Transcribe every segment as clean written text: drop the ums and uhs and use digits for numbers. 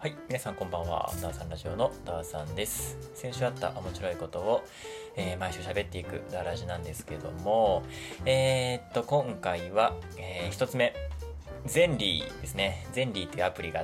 はい、皆さんこんばんは。ダーさんラジオのダーさんです。先週あった面白いことを、毎週喋っていくダーラジなんですけども、今回は、一つ目、ゼンリーですね。ゼンリーっていうアプリがあって、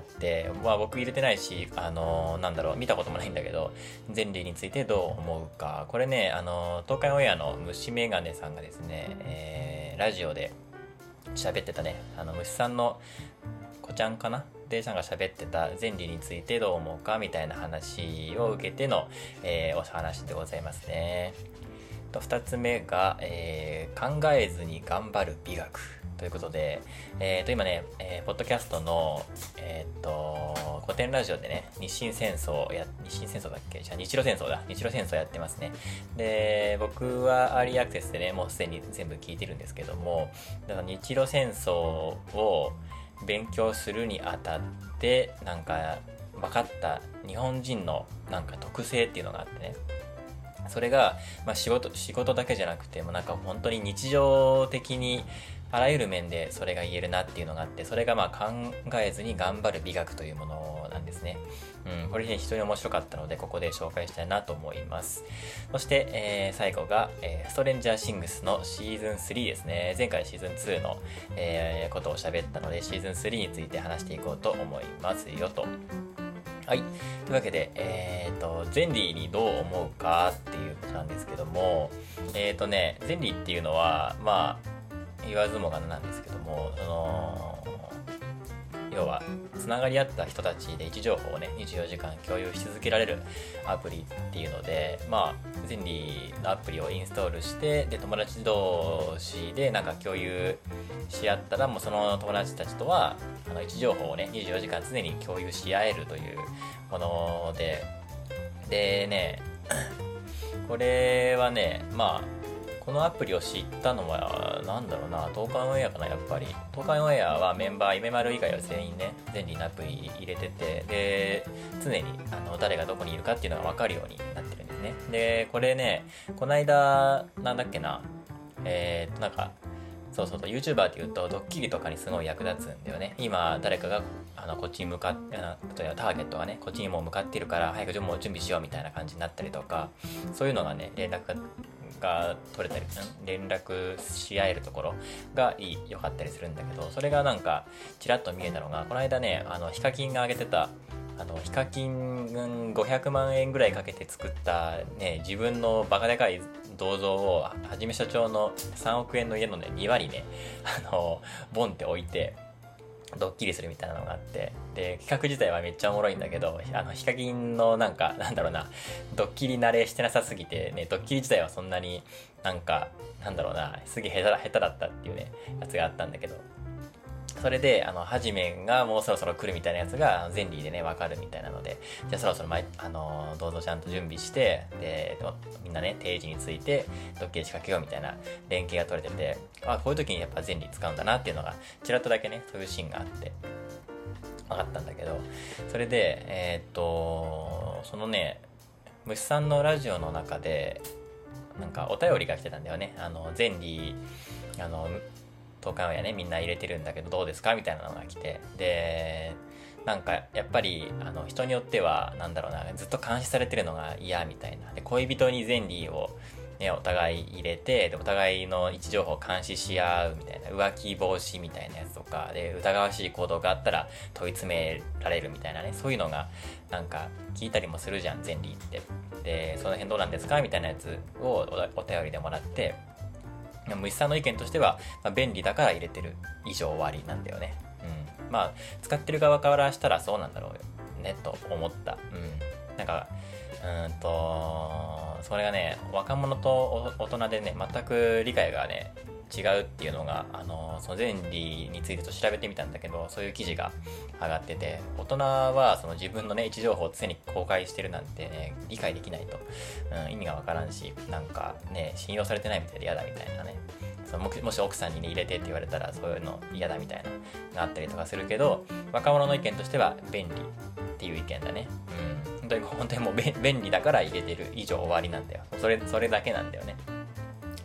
僕入れてないし、見たこともないんだけど、ゼンリーについてどう思うか。これね、東海オンエアの虫眼鏡さんがですね、ラジオで喋ってたね、虫さんの子ちゃんかなでさんが喋ってたゼンリーについてどう思うかみたいな話を受けての、お話でございますね。2つ目が、考えずに頑張る美学ということで、今ね、ポッドキャストの、古典ラジオでね、日清戦争だっけじゃあ日露戦争やってますね。で、僕はアーリーアクセスでね、もうすでに全部聞いてるんですけども、だから日露戦争を勉強するにあたって分かった日本人の特性っていうのがあってね、それが、仕事だけじゃなくても本当に日常的にあらゆる面でそれが言えるなっていうのがあって、それが考えずに頑張る美学というものなんですね。これ非常に面白かったのでここで紹介したいなと思います。そして、最後が、ストレンジャーシングスのシーズン3ですね。前回シーズン2の、ことを喋ったのでシーズン3について話していこうと思いますよと。はい。というわけで、ゼンリーにどう思うかっていうことなんですけども、ゼンリーっていうのは、言わずもがななんですけども、要はつながり合った人たちで位置情報をね24時間共有し続けられるアプリっていうので、ゼンリーのアプリをインストールして、で友達同士で共有し合ったら、もうその友達たちとは位置情報をね24時間常に共有し合えるというものでね、これはね、このアプリを知ったのは東海オンエアかな。やっぱり東海オンエアはメンバー夢丸以外は全員ねゼンリーのアプリ入れてて、で常に誰がどこにいるかっていうのが分かるようになってるんですね。でこれね、この間そう YouTuber っていうとドッキリとかにすごい役立つんだよね。今誰かがこっちに向かって、例えばターゲットがねこっちにもう向かっているから早くもう準備しようみたいな感じになったりとか、そういうのがね連絡が取れたり連絡し合えるところが良かったりするんだけど、それがちらっと見えたのがこの間ね、ヒカキンが上げてたヒカキン500万円ぐらいかけて作ったね自分のバカでかい銅像をはじめ社長の3億円の家のね庭にねボンって置いてドッキリするみたいなのがあって、で企画自体はめっちゃおもろいんだけど、ヒカキンのドッキリ慣れしてなさすぎてね、ドッキリ自体はそんなにすげえ下手だったっていうねやつがあったんだけど、それではじめがもうそろそろ来るみたいなやつがゼンリーでね分かるみたいなので、じゃあそろそろどうぞちゃんと準備して、でみんなね定時についてドッキリ仕掛けようみたいな連携が取れてて、こういう時にやっぱゼンリー使うんだなっていうのがちらっとだけねそういうシーンがあって分かったんだけど、それでそのね虫さんのラジオの中でお便りが来てたんだよね。ゼンリー東海オンエアねみんな入れてるんだけどどうですかみたいなのが来て、でやっぱり人によってはずっと監視されてるのが嫌みたいな、で恋人にゼンリーをねお互い入れて、でお互いの位置情報を監視し合うみたいな、浮気防止みたいなやつとかで、疑わしい行動があったら問い詰められるみたいなね、そういうのが聞いたりもするじゃんゼンリーって。でその辺どうなんですかみたいなやつをお便りでもらって、虫さんの意見としては、便利だから入れてる以上終わりなんだよね。使ってる側からしたらそうなんだろうよねと思った。それがね若者と大人でね全く理解がね違うっていうのがそのゼンリーについてと調べてみたんだけど、そういう記事が上がってて、大人はその自分のね位置情報を常に公開してるなんてね理解できないと、意味がわからんし信用されてないみたいで嫌だみたいなね、もし奥さんにね入れてって言われたらそういうの嫌だみたいなのがあったりとかするけど、若者の意見としては便利っていう意見だね。本当にもう便利だから入れてる以上終わりなんだよ。それだけなんだよね。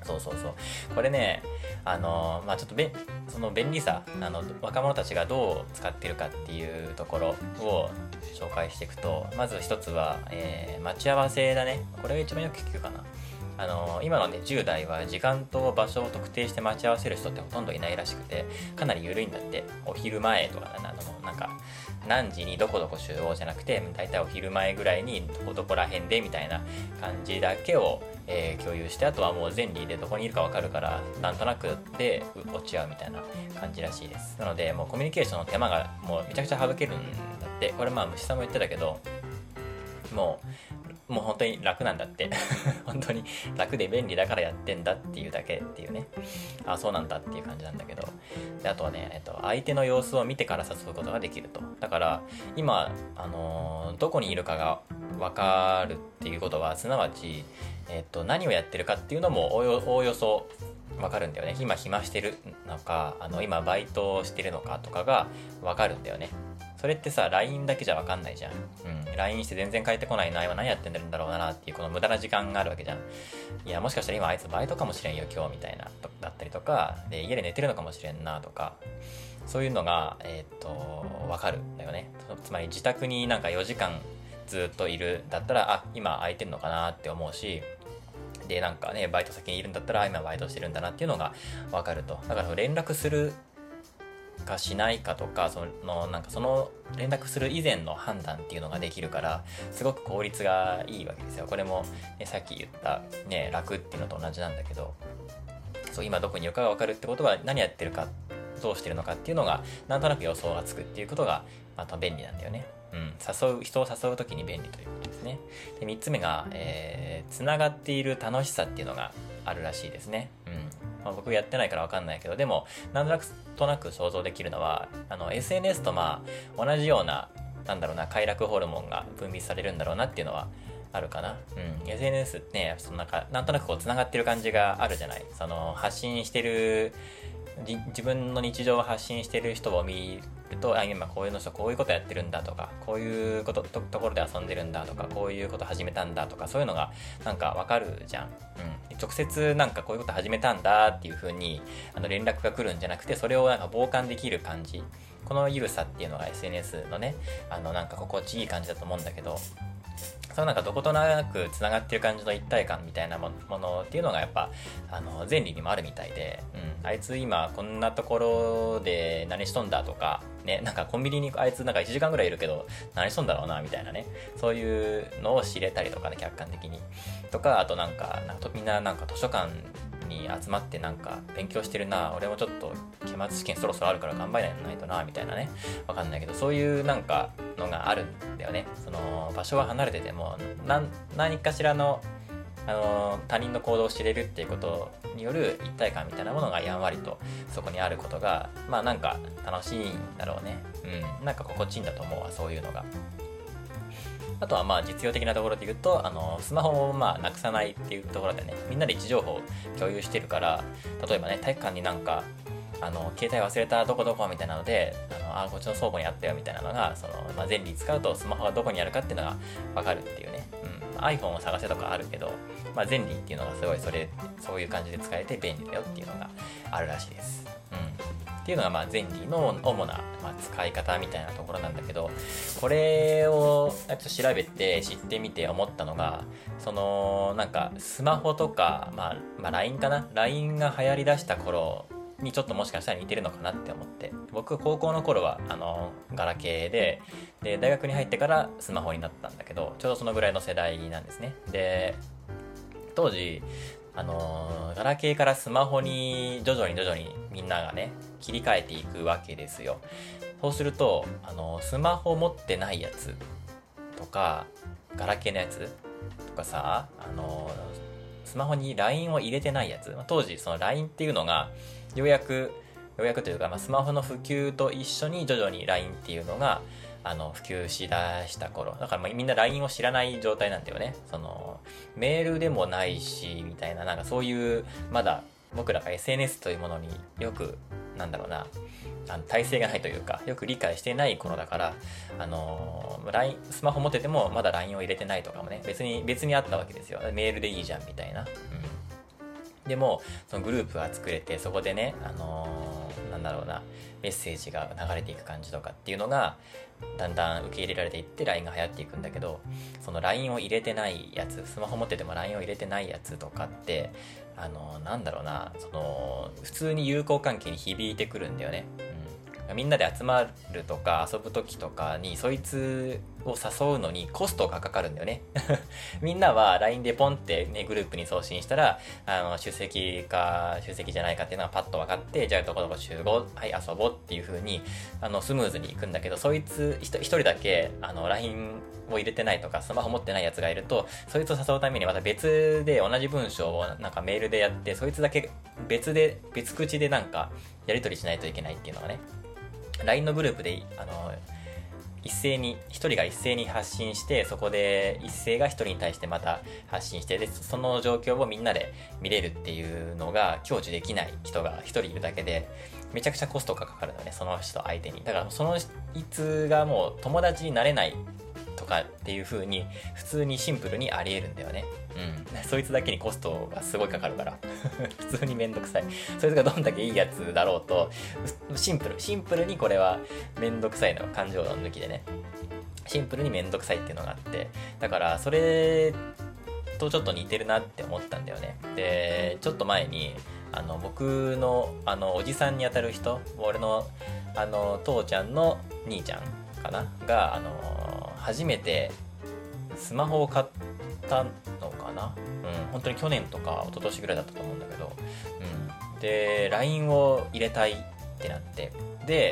そうそうそう。これね、まあちょっとその便利さ、若者たちがどう使ってるかっていうところを紹介していくと、まず一つは、待ち合わせだね。これが一番よく聞くかな。今のね、10代は時間と場所を特定して待ち合わせる人ってほとんどいないらしくて、かなり緩いんだって。お昼前とかなんか、何時にどこどこ集合じゃなくて、だいたいお昼前ぐらいにどこら辺でみたいな感じだけを、共有して、あとはもう前理でどこにいるか分かるから、なんとなくで落ち合うみたいな感じらしいです。なので、もうコミュニケーションの手間がもうめちゃくちゃ省けるんだって。これまあ虫さんも言ってたけど、もう本当に楽なんだって本当に楽で便利だからやってんだっていうだけっていうね。あ、そうなんだっていう感じなんだけど、であとはね、相手の様子を見てから誘うことができると。だから今、どこにいるかが分かるっていうことは、すなわち、何をやってるかっていうのもおおよそ分かるんだよね。今暇してるのか、今バイトしてるのかとかが分かるんだよね。それってさ、LINE だけじゃ分かんないじゃん。LINE して全然返ってこないな、今何やってんだろうなっていうこの無駄な時間があるわけじゃん。いや、もしかしたら今あいつバイトかもしれんよ、今日みたいな、だったりとか、で、家で寝てるのかもしれんなとか、そういうのが、分かるんだよね。つまり自宅になんか4時間ずっといるだったら、あ、今空いてんのかなって思うし、で、なんかね、バイト先にいるんだったら、今バイトしてるんだなっていうのが分かると。だから連絡するかしないかとか、なんかその連絡する以前の判断っていうのができるから、すごく効率がいいわけですよ。これも、ね、さっき言ったね、楽っていうのと同じなんだけど、そう、今どこにいるかが分かるってことは、何やってるか、どうしてるのかっていうのがなんとなく予想がつくっていうことがまた便利なんだよね。人を誘う時に便利ということですね。で、3つ目が、つながっている楽しさっていうのがあるらしいですね。僕やってないから分かんないけど、でもなんとなく想像できるのは、SNS とまあ同じような、快楽ホルモンが分泌されるんだろうなっていうのはあるかな。SNS ってね、なんとなくこう繋がってる感じがあるじゃない。発信してる、自分の日常を発信してる人を見ると、今こういうの人こういうことやってるんだとか、こういうところで遊んでるんだとか、こういうこと始めたんだとか、そういうのがなんかわかるじゃん。直接なんかこういうこと始めたんだっていう風に連絡が来るんじゃなくて、それをなんか傍観できる感じ、このゆるさっていうのが SNS のね、なんか心地いい感じだと思うんだけど、そのなんかどことなくつながってる感じの一体感みたいなものっていうのがやっぱ前理にもあるみたいで、あいつ今こんなところで何しとんだとかね、なんかコンビニにあいつなんか1時間ぐらいいるけど何しとんだろうなみたいなね、そういうのを知れたりとかね、客観的にとか、あとなんかみんななんか図書館に集まってなんか勉強してるな、俺もちょっと期末試験そろそろあるから頑張らないとなみたいなね、わかんないけど、そういうなんかのがあるんだよね。その場所は離れてても何かしらの他人の行動を知れるっていうことによる一体感みたいなものがやんわりとそこにあることが、まあなんか楽しいんだろうね。なんか心地いいんだと思うわ、そういうのが。あとはまあ実用的なところで言うと、スマホをまあなくさないっていうところでね、みんなで位置情報を共有してるから、例えばね、体育館になんか携帯忘れたどこどこみたいなので、こっちの倉庫にあったよみたいなのが、前理使うとスマホがどこにあるかっていうのが分かるっていうね。iPhone を探せとかあるけど、前理っていうのがすごいそういう感じで使えて便利だよっていうのがあるらしいです。っていうのがまあ前理の主な使い方みたいなところなんだけど、これをちょっと調べて知ってみて思ったのが、なんかスマホとか、LINE かな、 LINE が流行りだした頃にちょっともしかしたら似てるのかなって思って、僕高校の頃はガラケーで大学に入ってからスマホになったんだけど、ちょうどそのぐらいの世代なんですね。で当時ガラケーからスマホに徐々にみんながね切り替えていくわけですよ。そうするとスマホ持ってないやつとかガラケーのやつとかさ、スマホに LINE を入れてないやつ、当時その LINE っていうのがようやくというか、スマホの普及と一緒に徐々に LINE っていうのが普及しだした頃だから、みんな LINE を知らない状態なんだよね。メールでもないしみたいな、なんかそういうまだ僕らが SNS というものによく体制がないというかよく理解してない頃だから、LINE スマホ持っててもまだ LINE を入れてないとかもね別にあったわけですよ。メールでいいじゃんみたいな。 でもそのグループが作れて、そこでね、なんだろうな、メッセージが流れていく感じとかっていうのがだんだん受け入れられていって LINE が流行っていくんだけど、その LINE を入れてないやつ、スマホ持ってても LINE を入れてないやつとかって、なんだろうな、その普通に友好関係に響いてくるんだよね。みんなで集まるとか遊ぶ時とかにそいつを誘うのにコストがかかるんだよね。みんなは LINE でポンってね、グループに送信したら、出席か出席じゃないかっていうのがパッと分かって、じゃあどこどこ集合、はい、遊ぼうっていう風にスムーズにいくんだけど、そいつ一人だけLINE を入れてないとかスマホ持ってないやつがいると、そいつを誘うためにまた別で同じ文章をなんかメールでやって、そいつだけ別口でなんかやり取りしないといけないっていうのがね、LINE のグループで一人が一斉に発信して、そこで一斉が一人に対してまた発信して、でその状況をみんなで見れるっていうのが享受できない人が一人いるだけで、めちゃくちゃコストがかかるのね、その人相手に。だからそのいつがもう友達になれないとかっていう風に普通にシンプルにありえるんだよね。そいつだけにコストがすごいかかるから普通にめんどくさい。そいつがどんだけいいやつだろうと、シンプルにこれはめんどくさいの、感情論抜きでね、シンプルにめんどくさいっていうのがあって、だからそれとちょっと似てるなって思ったんだよね。でちょっと前に僕のおじさんにあたる人、俺の父ちゃんの兄ちゃんかなが初めてスマホを買ったのかな、本当に去年とか一昨年ぐらいだったと思うんだけど、で LINE を入れたいってなって、で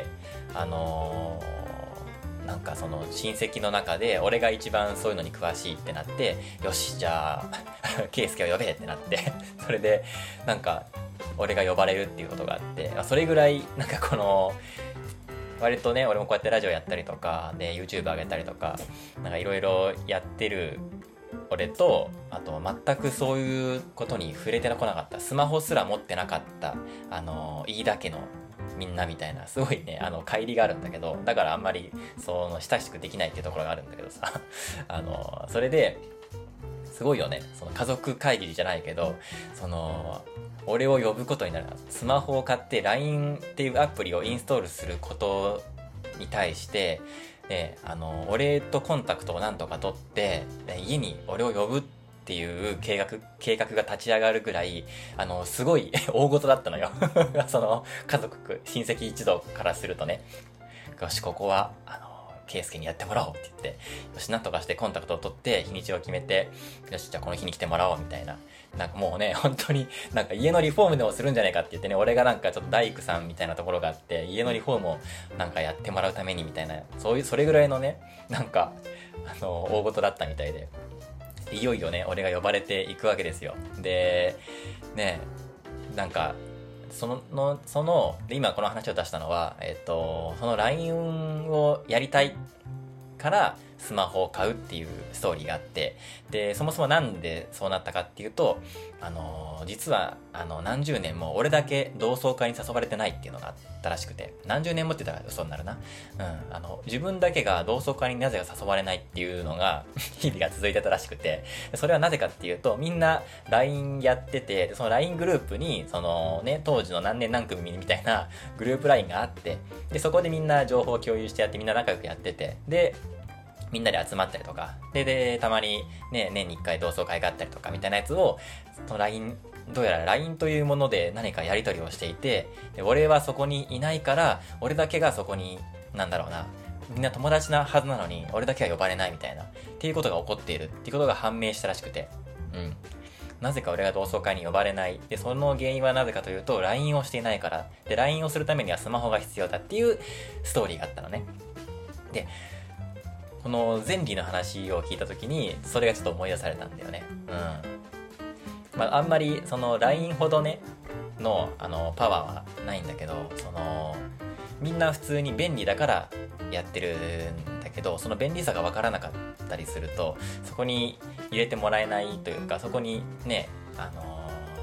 なんかその親戚の中で俺が一番そういうのに詳しいってなって、よしじゃあケイスケを呼べってなってそれでなんか俺が呼ばれるっていうことがあって、それぐらいなんかこの割とね、俺もこうやってラジオやったりとかで YouTube 上げたりとかなんかいろいろやってる俺と、あと全くそういうことに触れてこなかった、スマホすら持ってなかった飯田家のみんなみたいな、すごいね乖離があるんだけど、だからあんまり親しくできないっていうところがあるんだけどさそれですごいよね、その家族会議じゃないけど、俺を呼ぶことになる。スマホを買って LINE っていうアプリをインストールすることに対して、俺とコンタクトをなんとか取って、家に俺を呼ぶっていう計画が立ち上がるぐらい、すごい大事だったのよ。その家族、親戚一同からするとね、よし、ここは、ケイスケにやってもらおうって言って、よし、なんとかしてコンタクトを取って、日にちを決めて、よし、じゃあこの日に来てもらおうみたいな。なんかもうね、本当になんか家のリフォームでもするんじゃないかって言ってね、俺がなんかちょっと大工さんみたいなところがあって、家のリフォームをなんかやってもらうためにみたいな、それぐらいのね、なんか、大事だったみたいで。いよいよね、俺が呼ばれていくわけですよ。で、ね、なんか、で今この話を出したのは、その LINE をやりたいからスマホを買うっていうストーリーがあって、でそもそもなんでそうなったかっていうと、実は何十年も俺だけ同窓会に誘われてないっていうのがあったらしくて、何十年もって言ったら嘘になるな、自分だけが同窓会になぜか誘われないっていうのが日々が続いてたらしくて、それはなぜかっていうと、みんな LINE やってて、その LINE グループに当時の何年何組みたいなグループ LINE があって、でそこでみんな情報を共有してやって、みんな仲良くやってて、でみんなで集まったりとかでたまにね、年に1回同窓会があったりとかみたいなやつを、どうやら LINE というもので何かやり取りをしていて、で俺はそこにいないから、俺だけがそこに、なんだろうな、みんな友達なはずなのに俺だけは呼ばれないみたいなっていうことが起こっているっていうことが判明したらしくて、なぜか俺が同窓会に呼ばれない。でその原因はなぜかというと LINE をしていないから。で LINE をするためにはスマホが必要だっていうストーリーがあったのね。でこの前理の話を聞いた時にそれがちょっと思い出されたんだよね。あんまりその LINE ほどねのパワーはないんだけど、みんな普通に便利だからやってるんだけど、その便利さが分からなかったりするとそこに入れてもらえないというか、そこにね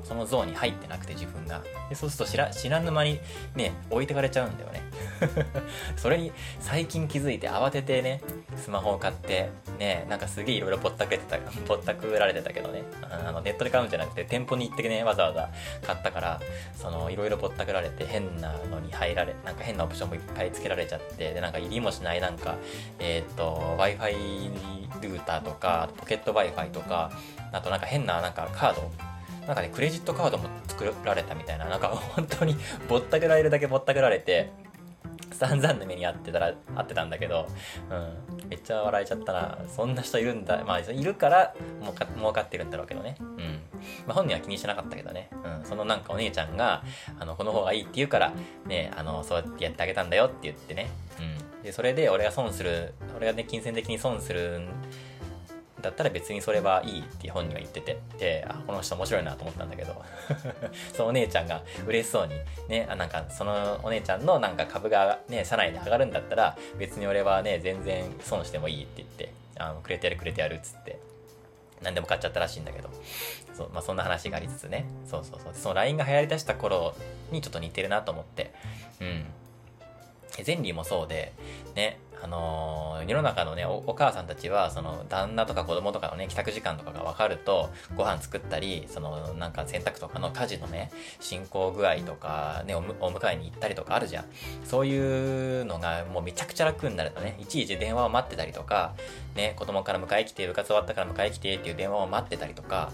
そのゾーンに入ってなくて自分が。でそうすると知らぬ間にね、置いてかれちゃうんだよね。それに最近気づいて慌ててね、スマホを買って、ね、なんかすげえいろいろぼったくられてたけどね、ネットで買うんじゃなくて店舗に行ってね、わざわざ買ったから、いろいろぼったくられて変なのになんか変なオプションもいっぱいつけられちゃって、で、なんか入りもしないなんか、Wi-Fi ルーターとか、ポケット Wi-Fi とか、あとなんか変ななんかカード、なんかね、クレジットカードも作られたみたいな、なんか本当にぼったくられるだけぼったくられて、散々な目に遭ってたんだけど、めっちゃ笑えちゃったな。そんな人いるんだ。まあ、いるから儲かってるんだろうけどね。まあ、本人は気にしなかったけどね。そのなんかお姉ちゃんが、この方がいいって言うから、ね、そうやってやってあげたんだよって言ってね。で、それで俺がね、金銭的に損するだったら別にそれはいいって本人は言ってて、で、この人面白いなと思ったんだけどそのお姉ちゃんが嬉しそうにね、なんかそのお姉ちゃんのなんか株がね、社内で上がるんだったら別に俺はね、全然損してもいいって言って、くれてやるっつって何でも買っちゃったらしいんだけど、まあそんな話がありつつね、その LINE が流行りだした頃にちょっと似てるなと思って、ゼンリーもそうでね、世の中のね、お母さんたちは、その旦那とか子供とかのね、帰宅時間とかが分かると、ご飯作ったり、なんか洗濯とかの家事のね、進行具合とかね、お迎えに行ったりとかあるじゃん。そういうのがもうめちゃくちゃ楽になるとね、いちいち電話を待ってたりとか、ね、子供から迎え来て、部活終わったから迎え来てっていう電話を待ってたりとか、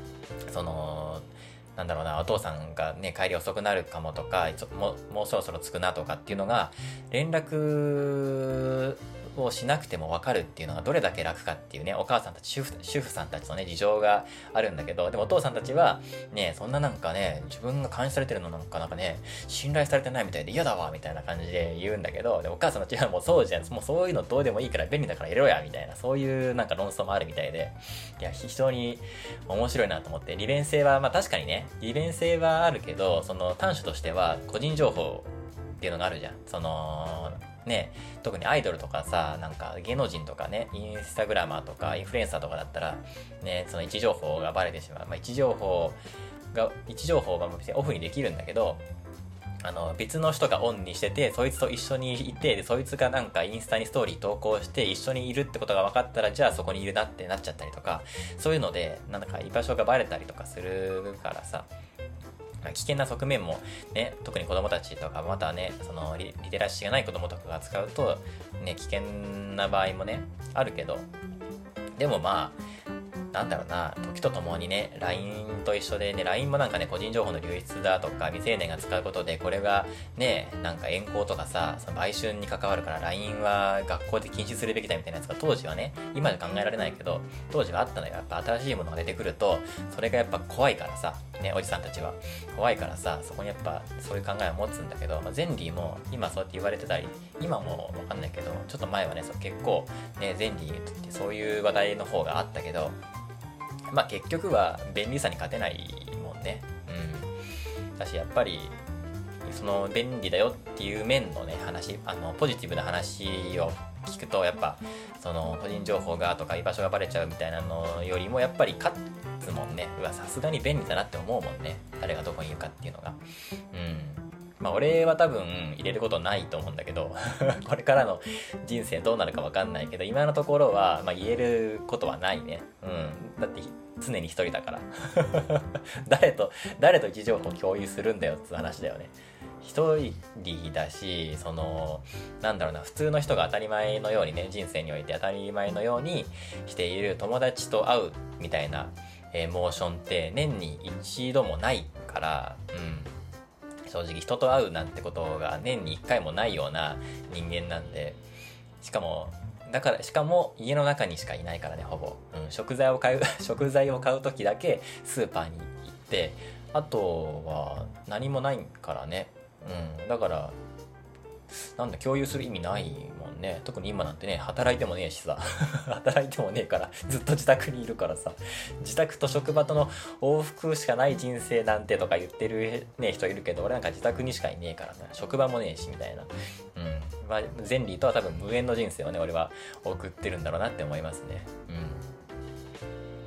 なんだろうな、お父さんがね、帰り遅くなるかもとか、もうそろそろ着くなとかっていうのが、連絡をしなくても分かるっていうのがどれだけ楽かっていうね、お母さんたち、主婦さんたちのね、事情があるんだけど、でもお父さんたちは、ね、そんななんかね、自分が監視されてるのなんかね、信頼されてないみたいで嫌だわ、みたいな感じで言うんだけど、でお母さんたちはもうそうじゃん、もうそういうのどうでもいいから便利だから入れろや、みたいな、そういうなんか論争もあるみたいで、いや、非常に面白いなと思って、利便性は、まあ確かにね、利便性はあるけど、その短所としては、個人情報っていうのがあるじゃん。ね、特にアイドルとかさ、なんか芸能人とかね、インスタグラマーとかインフルエンサーとかだったら、ね、その位置情報がバレてしまう。まあ、位置情報が別にオフにできるんだけど、別の人がオンにしてて、そいつと一緒にいて、で、そいつがなんかインスタにストーリー投稿して一緒にいるってことが分かったら、じゃあそこにいるなってなっちゃったりとか、そういうので、なんか居場所がバレたりとかするからさ、危険な側面もね、特に子供たちとか、またね、そのリテラシーがない子供とかが使うと、ね、危険な場合もね、あるけど、でもまあ、なんだろうな、時とともにね、LINE と一緒でね、LINE もなんかね、個人情報の流出だとか、未成年が使うことで、これがね、なんか怨恨とかさ、その売春に関わるから LINE は学校で禁止するべきだみたいなやつが当時はね、今じゃ考えられないけど、当時はあったのよ。やっぱ新しいものが出てくると、それがやっぱ怖いからさ、ね、おじさんたちは。怖いからさ、そこにやっぱそういう考えを持つんだけど、ゼンリーも今そうやって言われてたり、今もわかんないけど、ちょっと前はね、結構ね、ゼンリーってそういう話題の方があったけど、まあ結局は便利さに勝てないもんね。だしやっぱりその便利だよっていう面のね話、ポジティブな話を聞くと、やっぱその個人情報がとか居場所がバレちゃうみたいなのよりもやっぱり勝つもんね。さすがに便利だなって思うもんね。誰がどこにいるかっていうのが。まあ俺は多分入れることないと思うんだけどこれからの人生どうなるか分かんないけど、今のところは、まあ、言えることはないね。だって常に一人だから誰と位置情報共有するんだよって話だよね。一人だし、なんだろうな、普通の人が当たり前のようにね、人生において当たり前のようにしている友達と会うみたいな、モーションって年に一度もないから、正直人と会うなんてことが年に1回もないような人間なんで、しかも家の中にしかいないからね、ほぼ。食材を買う時だけスーパーに行って、あとは何もないからね。だからなんだ、共有する意味ないもんね。特に今なんてね、働いてもねえしさ働いてもねえからずっと自宅にいるからさ、自宅と職場との往復しかない人生なんてとか言ってるね人いるけど、俺なんか自宅にしかいねえからさ、職場もねえしみたいな。まあゼンリーとは多分無縁の人生をね、俺は送ってるんだろうなって思いますね。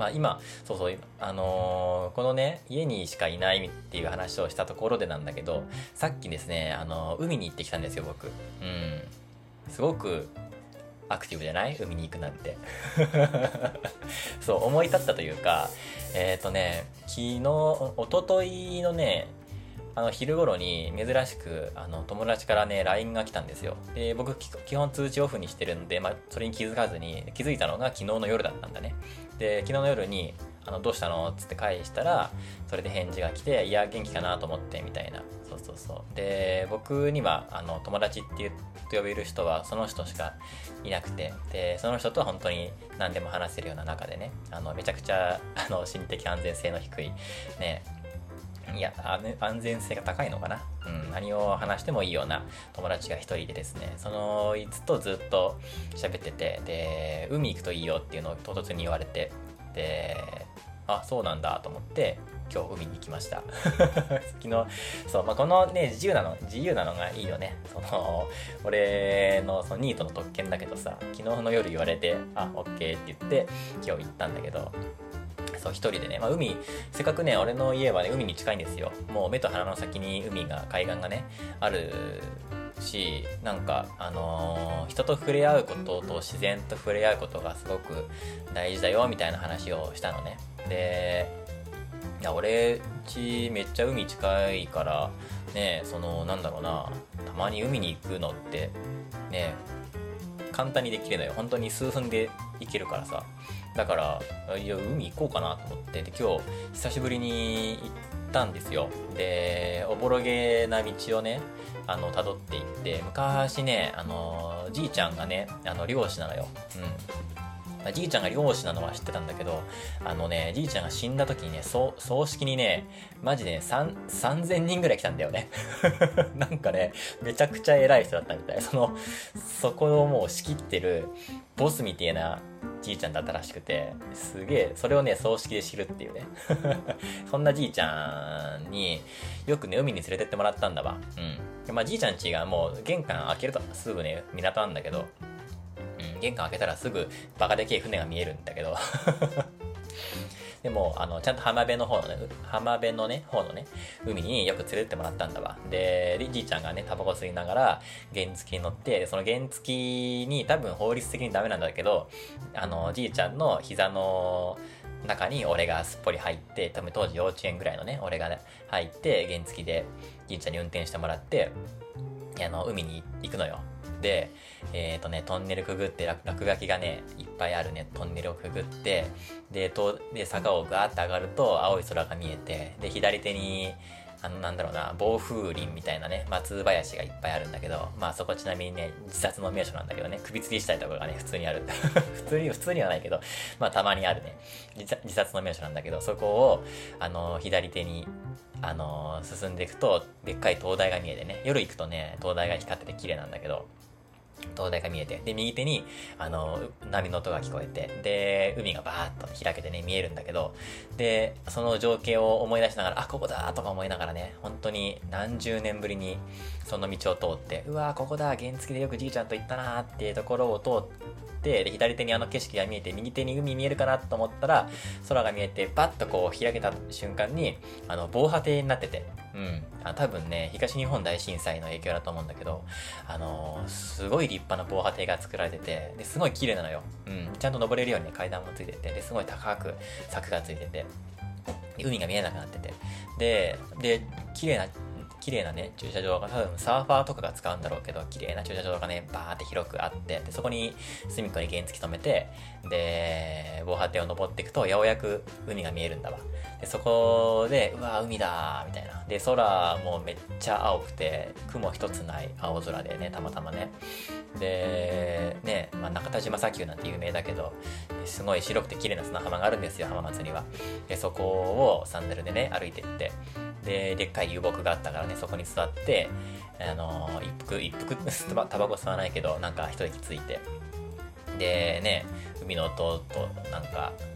まあ今、そうそう、このね、家にしかいないっていう話をしたところでなんだけど、さっきですね、海に行ってきたんですよ、僕。すごくアクティブじゃない？海に行くなんて。そう、思い立ったというか、昨日、一昨日のね、昼頃に珍しく、友達からね、LINE が来たんですよ。で、僕、基本通知オフにしてるんで、まあ、それに気づかずに、気づいたのが昨日の夜だったんだね。で、昨日の夜に、どうしたのつって返したら、それで返事が来て、いや、元気かなと思って、みたいな。そうそうそう。で、僕には、友達って呼べる人は、その人しかいなくて、で、その人とは本当に何でも話せるような中でね、めちゃくちゃ、心理的安全性の低い、ね、いや、安全性が高いのかな、何を話してもいいような友達が一人でですね、そのいつとずっと喋ってて、で、海行くといいよっていうのを唐突に言われて、で、あ、そうなんだと思って、今日海に行きました。昨日、そう、まあ、このね、自由なのがいいよね。俺のそのニートの特権だけどさ、昨日の夜言われて、あ、オッケーって言って、今日行ったんだけど、そう、一人でね、まあ海、せっかくね、俺の家はね、海に近いんですよ。もう目と鼻の先に海岸がね、あるし、なんか、人と触れ合うことと自然と触れ合うことがすごく大事だよ、みたいな話をしたのね。で、いや、俺家めっちゃ海近いから、ね、なんだろうな、たまに海に行くのって、ね、簡単にできるのよ。本当に数分で行けるからさ。だから、いや、海行こうかなと思って、で、今日、久しぶりに行ったんですよ。で、おぼろげな道をね、辿っていって、昔ね、じいちゃんがね、漁師なのよ。じいちゃんが漁師なのは知ってたんだけど、じいちゃんが死んだ時にね、葬式にね、マジで、ね、3000人ぐらい来たんだよね。なんかね、めちゃくちゃ偉い人だったみたい。そこをもう仕切ってる、ボスみたいなじいちゃんだったらしくて、すげえ、それをね、葬式で知るっていうね。そんなじいちゃんによくね、海に連れてってもらったんだわ。まあ、じいちゃん家がもう玄関開けるとすぐね、港なんだけど、玄関開けたらすぐバカでけえ船が見えるんだけどでもちゃんと浜辺の方のね海によく連れてってもらったんだわ。でじいちゃんがねタバコ吸いながら原付に乗って、その原付に多分法律的にダメなんだけど、じいちゃんの膝の中に俺がすっぽり入って、多分当時幼稚園ぐらいのね俺が、ね、入って原付でじいちゃんに運転してもらって海に行くのよ。で、トンネルくぐって、落書きがね、いっぱいあるね、トンネルをくぐって、で、坂をガーって上がると、青い空が見えて、で、左手に、なんだろうな、暴風林みたいなね、松林がいっぱいあるんだけど、まあそこちなみにね、自殺の名所なんだけどね、首吊りしたりとかがね、普通にある。普通にはないけど、まあたまにあるね、自殺の名所なんだけど、そこを、左手に、進んでいくと、でっかい灯台が見えてね、夜行くとね、灯台が光ってて綺麗なんだけど、灯台が見えて、で、右手に、波の音が聞こえて、で、海がバーッと開けてね、見えるんだけど、で、その情景を思い出しながら、あ、ここだとか思いながらね、本当に何十年ぶりにその道を通って、うわー、ここだ、原付でよくじいちゃんと行ったなーっていうところを通って、で、左手に景色が見えて、右手に海見えるかなと思ったら、空が見えて、バッとこう開けた瞬間に、防波堤になってて、多分ね、東日本大震災の影響だと思うんだけど、すごい立派な防波堤が作られてて、ですごい綺麗なのよ。ちゃんと登れるように、ね、階段もついてて、ですごい高く柵がついてて、海が見えなくなってて、で、綺麗なね、駐車場が多分サーファーとかが使うんだろうけど、綺麗な駐車場がね、バーって広くあって、でそこに隅っこに原付止めて、で、防波堤を登っていくと、ようやく海が見えるんだわ。で、そこで、うわ、海だー、みたいな。で、空もめっちゃ青くて、雲一つない青空でね、たまたまね。で、ね、まあ、中田島砂丘なんて有名だけど、すごい白くて綺麗な砂浜があるんですよ、浜松には。で、そこをサンダルでね、歩いてって、でっかい流木があったからね、そこに座って、一服タバコ吸わないけど、なんか一息ついて、でね、海の音となんか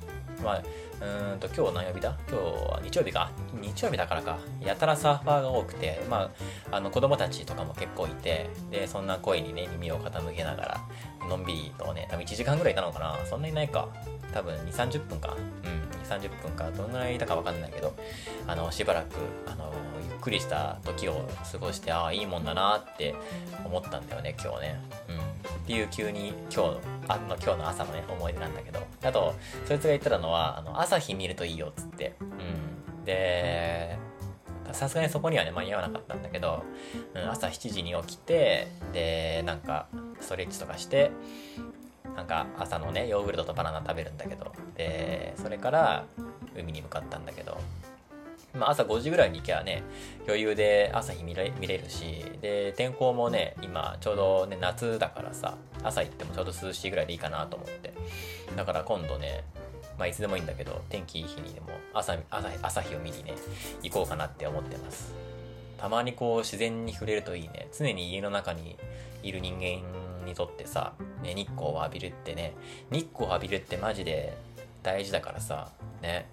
今日何曜日だ？今日は日曜日か。日曜日だからか。やたらサーファーが多くて、子供たちとかも結構いて、で、そんな声にね、耳を傾けながら、のんびりとね、多分1時間ぐらいいたのかな。そんなにないか。多分2、30分か。2、30分か。どのぐらいいたかわかんないけど、しばらく、ゆっくりした時を過ごして、いいもんだなって思ったんだよね、今日ね。っていう急に今日の朝のね、思い出なんだけど。あと、そいつが言ってたのは、朝日見るといいよっつって。で、さすがにそこにはね、間に合わなかったんだけど、朝7時に起きて、で、なんか、ストレッチとかして、なんか、朝のね、ヨーグルトとバナナ食べるんだけど、で、それから、海に向かったんだけど、朝5時ぐらいに行けばね、余裕で朝日見れるし、で、天候もね、今ちょうどね、夏だからさ、朝行ってもちょうど涼しいぐらいでいいかなと思って。だから今度ね、いつでもいいんだけど、天気いい日にでも朝日を見にね、行こうかなって思ってます。たまにこう自然に触れるといいね。常に家の中にいる人間にとってさ、ね、日光を浴びるってマジで大事だからさ、ね。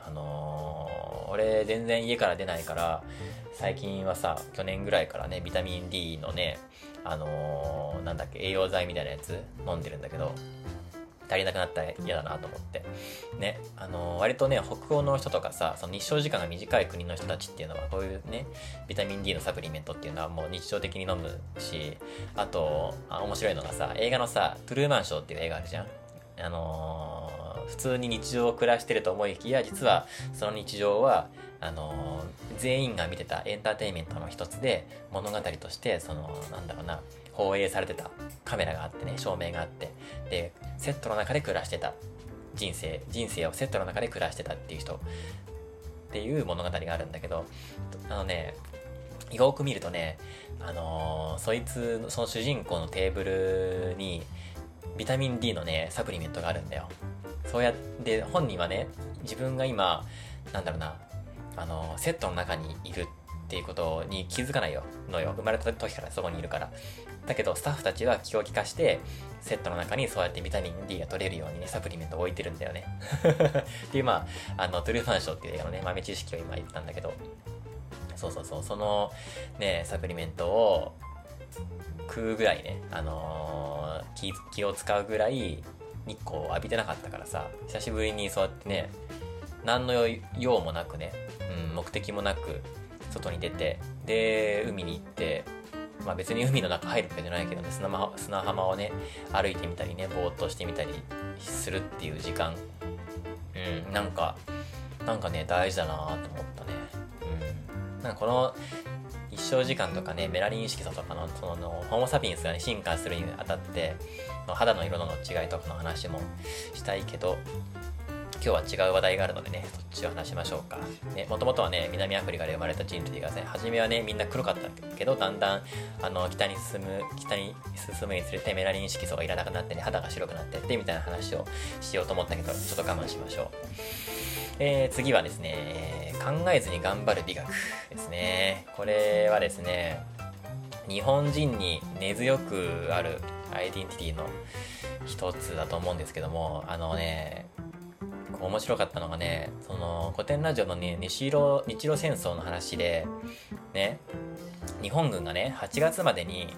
俺全然家から出ないから、最近はさ、去年ぐらいからね、ビタミン D のね、栄養剤みたいなやつ飲んでるんだけど、足りなくなったら嫌だなと思って。ね、割とね、北欧の人とかさ、その日照時間が短い国の人たちっていうのは、こういうね、ビタミン D のサプリメントっていうのはもう日常的に飲むし、あと、面白いのがさ、映画のさ、トゥルーマンショーっていう映画あるじゃん。普通に日常を暮らしてると思いきや、実はその日常は全員が見てたエンターテインメントの一つで、物語として放映されてたカメラがあってね、照明があって、でセットの中で暮らしてた人生をセットの中で暮らしてたっていう人っていう物語があるんだけど、よく見るとね、その主人公のテーブルにビタミン D のね、サプリメントがあるんだよ。そうやって本人はね、自分が今、セットの中にいるっていうことに気づかないのよ。生まれた時からそこにいるから。だけど、スタッフたちは気を利かして、セットの中にそうやってビタミン D が取れるようにね、サプリメントを置いてるんだよね。っていう、トゥルーファンショーっていう映画のね、豆知識を今言ったんだけど、そのね、サプリメントを食うぐらいね、気を使うぐらい日光を浴びてなかったからさ、久しぶりにそうやってね、何の用もなくね、目的もなく外に出て、で海に行って、別に海の中入るわけじゃないけどね、砂浜をね歩いてみたりね、ぼーっとしてみたりするっていう時間、なんかね、大事だなと思ったね。なんかこの日照時間とかね、メラニン色素とかのホモサピエンスがね、進化するにあたって肌の色の違いとかの話もしたいけど、今日は違う話題があるのでね、そっちを話しましょうか。ね、もともとはね、南アフリカで生まれた人類がね、初めはね、みんな黒かったけど、だんだん北に進むにつれてメラニン色素がいらなくなってね、肌が白くなってってみたいな話をしようと思ったけど、ちょっと我慢しましょう。次はですね、考えずに頑張る美学ですね。これはですね、日本人に根強くあるアイデンティティの一つだと思うんですけども、面白かったのがね、その古典ラジオのね、日露戦争の話でね、日本軍がね、8月までに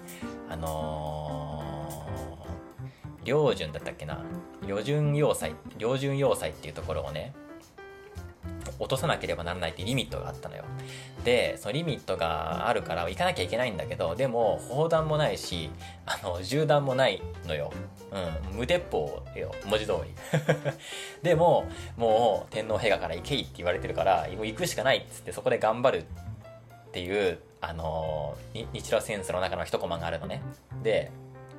遼順だったっけな、旅順要塞っていうところをね、落とさなければならないっていうリミットがあったのよ。で、そのリミットがあるから行かなきゃいけないんだけど、でも砲弾もないし、銃弾もないのよ。無鉄砲よ、文字通り。でも、もう天皇陛下から行けいって言われてるから、もう行くしかないっつって、そこで頑張るっていう、日露戦争の中の一コマがあるのね。で、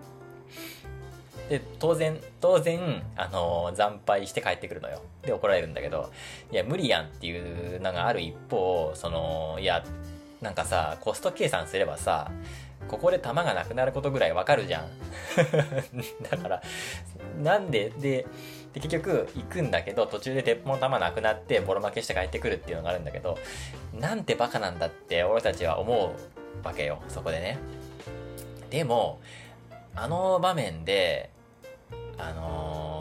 当然、惨敗して帰ってくるのよ。で、怒られるんだけど、いや、無理やんっていうのがある一方、なんかさ、コスト計算すればさ、ここで弾がなくなることぐらいわかるじゃん。だから、で、結局行くんだけど、途中で鉄砲の弾なくなってボロ負けして帰ってくるっていうのがあるんだけど、なんてバカなんだって俺たちは思うわけよ、そこでね。でも、場面で、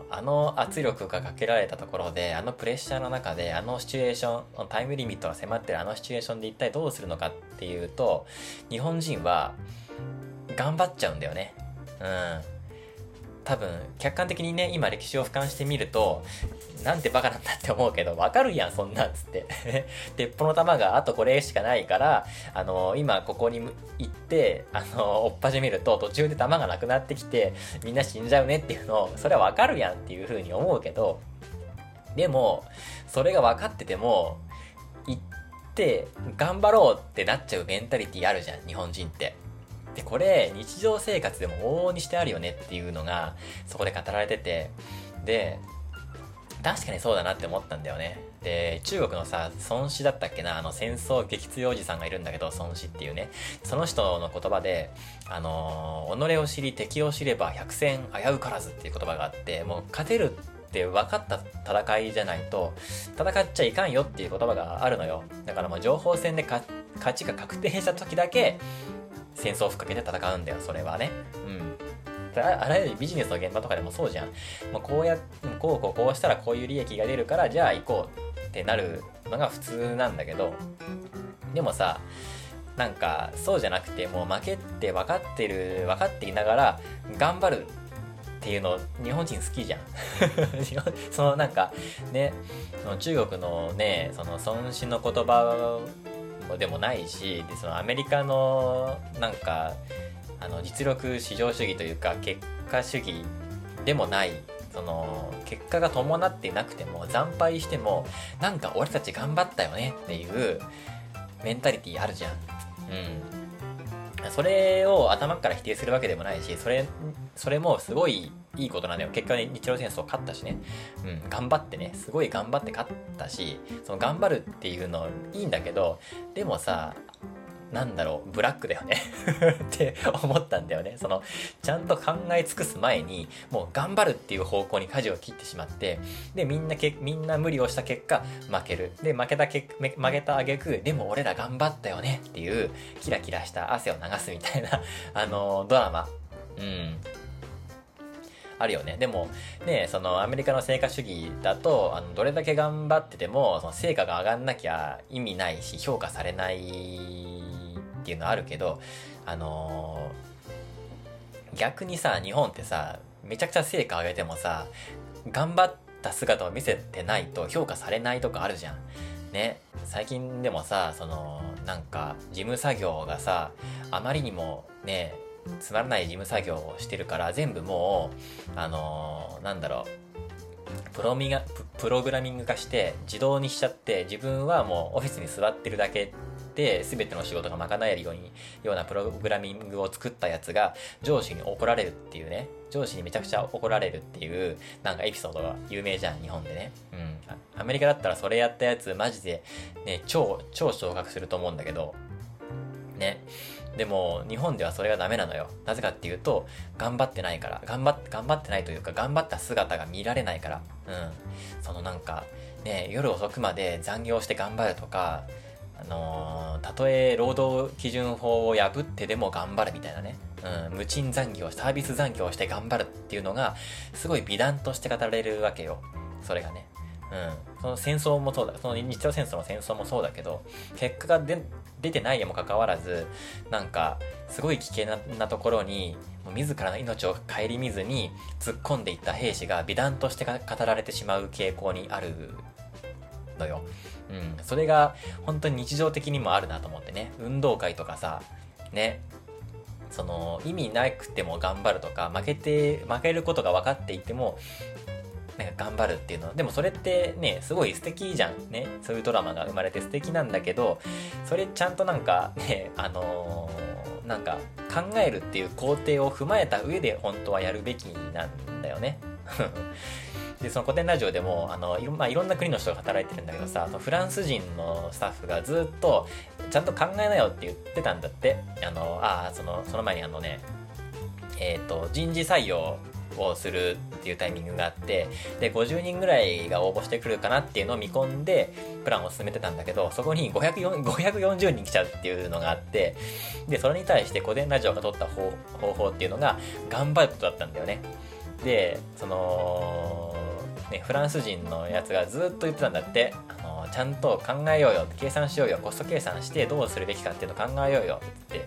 あの圧力がかけられたところで、あのプレッシャーの中で、あのシチュエーション、タイムリミットが迫ってるあのシチュエーションで一体どうするのかっていうと、日本人は頑張っちゃうんだよね。多分客観的にね、今歴史を俯瞰してみると、なんてバカなんだって思うけど、わかるやんそんなんつって鉄砲の弾があとこれしかないから、今ここに行って追っ始めると途中で弾がなくなってきてみんな死んじゃうねっていうのを、それはわかるやんっていう風に思うけど、でもそれが分かってても行って頑張ろうってなっちゃうメンタリティあるじゃん、日本人って。でこれ日常生活でも往々にしてあるよねっていうのがそこで語られてて、で確かにそうだなって思ったんだよね。で中国のさ、孫子だったっけな、戦争激強おじさんがいるんだけど、孫子っていうね、その人の言葉で己を知り敵を知れば百戦危うからずっていう言葉があって、もう勝てるって分かった戦いじゃないと戦っちゃいかんよっていう言葉があるのよ。だからもう情報戦で勝ちが確定した時だけ戦争をふっかけて戦うんだよ、それはね。あらゆるビジネスの現場とかでもそうじゃん。もうこうしたらこういう利益が出るからじゃあ行こうってなるのが普通なんだけど、でもさ、なんかそうじゃなくて、もう負けって分かっていながら頑張るっていうの日本人好きじゃんそのなんかね、その中国のね、その孫子の言葉でもないし、でそのアメリカのなんか実力至上主義というか結果主義でもない、その結果が伴っていなくても惨敗してもなんか俺たち頑張ったよねっていうメンタリティあるじゃん。それを頭から否定するわけでもないし、それもすごいいいことなんだよ。結果に日露戦争勝ったしね、頑張ってね、すごい頑張って勝ったし、その頑張るっていうのいいんだけど、でもさ、なんだろう、ブラックだよねって思ったんだよね。そのちゃんと考え尽くす前にもう頑張るっていう方向に舵を切ってしまって、でみんな無理をした結果負ける。で負けた挙句でも俺ら頑張ったよねっていうキラキラした汗を流すみたいなドラマ、あるよね。でもね、そのアメリカの成果主義だとどれだけ頑張っててもその成果が上がんなきゃ意味ないし評価されないっていうのあるけど、逆にさ、日本ってさ、めちゃくちゃ成果上げてもさ、頑張った姿を見せてないと評価されないとかあるじゃんね。最近でもさ、そのなんか事務作業がさ、あまりにもねつまらない事務作業をしてるから、全部もうなんだろう、プログラミング化して自動にしちゃって、自分はもうオフィスに座ってるだけで全ての仕事が賄えるようなプログラミングを作ったやつが上司に怒られるっていうね、上司にめちゃくちゃ怒られるっていうなんかエピソードが有名じゃん、日本でね。アメリカだったらそれやったやつマジでね、超昇格すると思うんだけどね。でも日本ではそれがダメなのよ。なぜかっていうと、頑張ってないから。頑張ってないというか、頑張った姿が見られないから。そのなんかね、夜遅くまで残業して頑張るとか、たとえ労働基準法を破ってでも頑張るみたいなね、無賃残業、サービス残業をして頑張るっていうのがすごい美談として語られるわけよ。それがね、その戦争もそうだ、その日露戦争の戦争もそうだけど、結果が出てないにもかかわらず、なんかすごい危険なところにもう自らの命を顧みずに突っ込んでいった兵士が美談として語られてしまう傾向にあるのよ。それが本当に日常的にもあるなと思ってね。運動会とかさね、その意味なくても頑張るとか、負けることが分かっていてもなんか頑張るっていうの、でもそれってね、すごい素敵じゃんね。そういうドラマが生まれて素敵なんだけど、それちゃんとなんかね、なんか考えるっていう工程を踏まえた上で本当はやるべきなんだよねでその古典ラジオでもいろんな国の人が働いてるんだけどさ、フランス人のスタッフがずっとちゃんと考えなよって言ってたんだって。その前に人事採用をするっていうタイミングがあって、で50人ぐらいが応募してくるかなっていうのを見込んでプランを進めてたんだけど、そこに540人来ちゃうっていうのがあって、でそれに対して古典ラジオが取った方法っていうのが頑張ることだったんだよね。 でフランス人のやつがずっと言ってたんだって。ちゃんと考えようよ、計算しようよ、コスト計算してどうするべきかっていうのを考えようよって言って、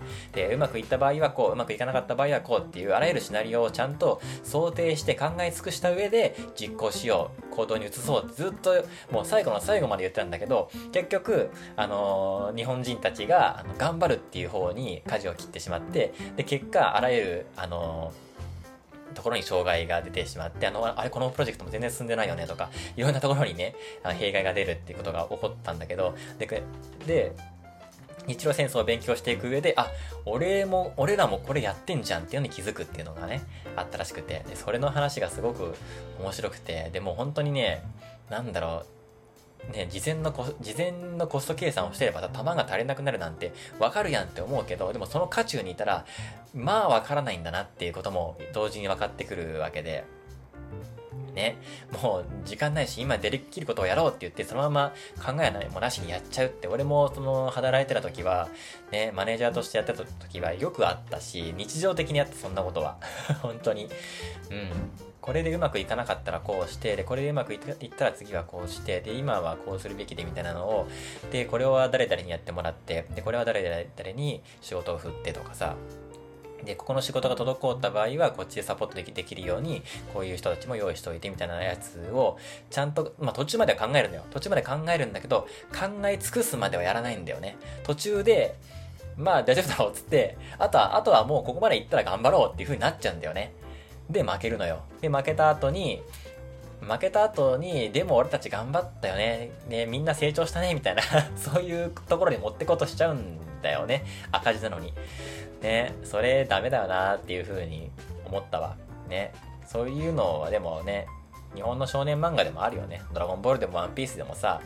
でうまくいった場合はこう、うまくいかなかった場合はこうっていうあらゆるシナリオをちゃんと想定して考え尽くした上で実行しよう、行動に移そうってずっともう最後の最後まで言ってたんだけど、結局日本人たちが頑張るっていう方に舵を切ってしまって、で結果あらゆるところに障害が出てしまって、あれこのプロジェクトも全然進んでないよねとか、いろんなところにね、弊害が出るっていうことが起こったんだけど、で日露戦争を勉強していく上で、俺らもこれやってんじゃんっていうのに気づくっていうのがね、あったらしくて、でそれの話がすごく面白くて、でも本当にね、なんだろう、事前のコスト計算をしてれば弾が足りなくなるなんてわかるやんって思うけど、でもその渦中にいたらまあわからないんだなっていうことも同時に分かってくるわけでね、もう時間ないし今できることをやろうって言ってそのまま考えないもなしにやっちゃうって、俺も働いてた時はね、マネージャーとしてやってた時はよくあったし、日常的にあって、そんなことは本当にこれでうまくいかなかったらこうして、でこれでうまくいったら次はこうして、で今はこうするべきでみたいなのを、でこれは誰々にやってもらって、でこれは誰々に仕事を振ってとかさ、でここの仕事が滞った場合はこっちでサポートできるようにこういう人たちも用意しておいてみたいなやつをちゃんと、途中までは考えるんだよ。途中まで考えるんだけど、考え尽くすまではやらないんだよね。途中で大丈夫だろうっつって、あとはもうここまで行ったら頑張ろうっていう風になっちゃうんだよね。で負けるのよ。で負けた後にでも俺たち頑張ったよね、みんな成長したねみたいなそういうところに持ってこうとしちゃうんだよね、赤字なのにね。それダメだよなっていう風に思ったわね。そういうのはでもね、日本の少年漫画でもあるよね。ドラゴンボールでもワンピースでもさ、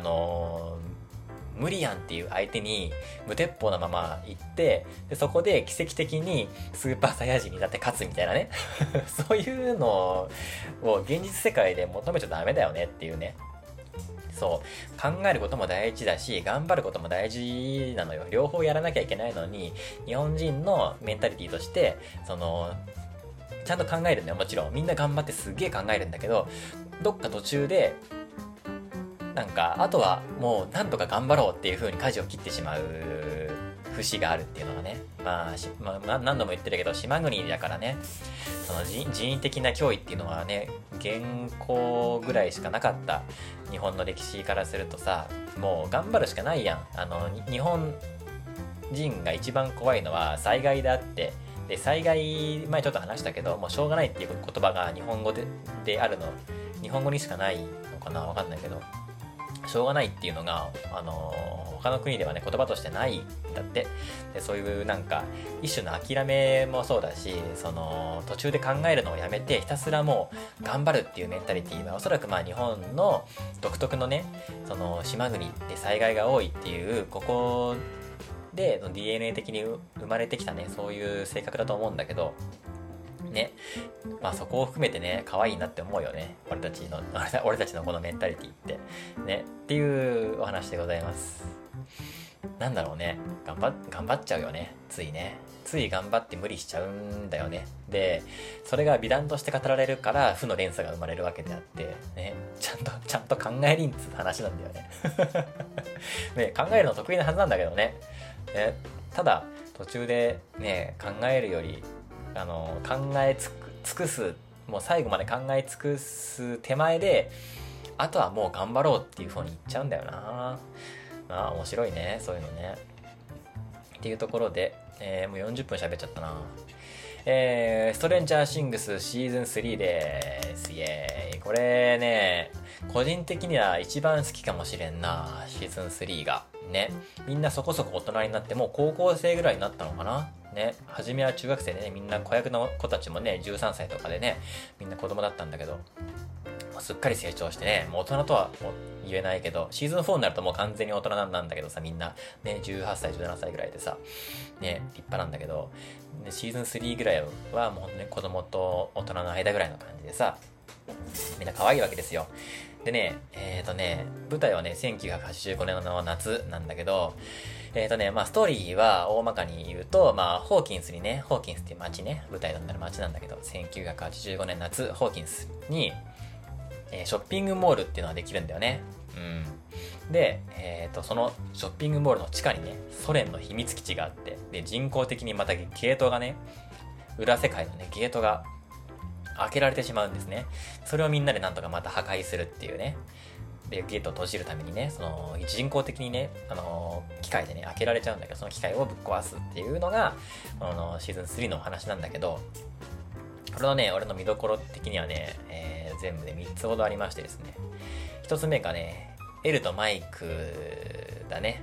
無理やんっていう相手に無鉄砲なまま行って、でそこで奇跡的にスーパーサイヤ人になって勝つみたいなねそういうのを現実世界で求めちゃダメだよねっていうね。そう考えることも大事だし頑張ることも大事なのよ。両方やらなきゃいけないのに、日本人のメンタリティとしてちゃんと考えるんだよ。もちろんみんな頑張ってすげえ考えるんだけど、どっか途中であとはもうなんとか頑張ろうっていう風に舵を切ってしまう節があるっていうのはね、何度も言ってるけど島国だからね、人為的な脅威っていうのはね、現行ぐらいしかなかった日本の歴史からするとさ、もう頑張るしかないやん。日本人が一番怖いのは災害であって、で災害前ちょっと話したけど、もうしょうがないっていう言葉が日本語であるの、日本語にしかないのかな、わかんないけど、しょうがないっていうのが他の国ではね言葉としてないんだって。でそういう一種の諦めもそうだし、途中で考えるのをやめてひたすらもう頑張るっていうメンタリティはおそらく日本の独特のね、島国で災害が多いっていうここで DNA 的に生まれてきたね、そういう性格だと思うんだけどね。そこを含めてね可愛いなって思うよね、俺たちのこのメンタリティってねっていうお話でございます。なんだろうね、頑張っちゃうよね、つい頑張って無理しちゃうんだよね。でそれが美談として語られるから負の連鎖が生まれるわけであってね、ちゃんと考えりんつう話なんだよねね、考えるの得意なはずなんだけどね。ただ途中でね考えるより考え尽くす、もう最後まで考え尽くす手前であとはもう頑張ろうっていう風に言っちゃうんだよな。面白いね、そういうのね。っていうところで、もう40分喋っちゃったな。ストレンジャーシングスシーズン3です。イエーイ。これね、個人的には一番好きかもしれんな、シーズン3が。ね。みんなそこそこ大人になって、もう高校生ぐらいになったのかな。ね。初めは中学生でね、みんな子役の子たちもね、13歳とかでね、みんな子供だったんだけど、すっかり成長してね、もう大人とは言えないけど、シーズン4になるともう完全に大人なんだけどさ、みんな、ね、18歳、17歳ぐらいでさ、ね、立派なんだけど、シーズン3ぐらいはもうね、子供と大人の間ぐらいの感じでさ、みんな可愛いわけですよ。でね、舞台はね、1985年の夏なんだけど、 ストーリーは大まかに言うと、ホーキンスっていう街ね、舞台となる街なんだけど、1985年夏、ホーキンスに、ショッピングモールっていうのができるんだよね。で、そのショッピングモールの地下にね、ソ連の秘密基地があって、で、人工的にまたゲートがね、裏世界のね、ゲートが開けられてしまうんですね。それをみんなでなんとかまた破壊するっていうね。で、ゲートを閉じるためにね、その人工的にね、機械でね、開けられちゃうんだけど、その機械をぶっ壊すっていうのが、シーズン3のお話なんだけど、これのね、俺の見どころ的にはね、全部で3つほどありましてですね。1つ目がね、エルとマイクだね。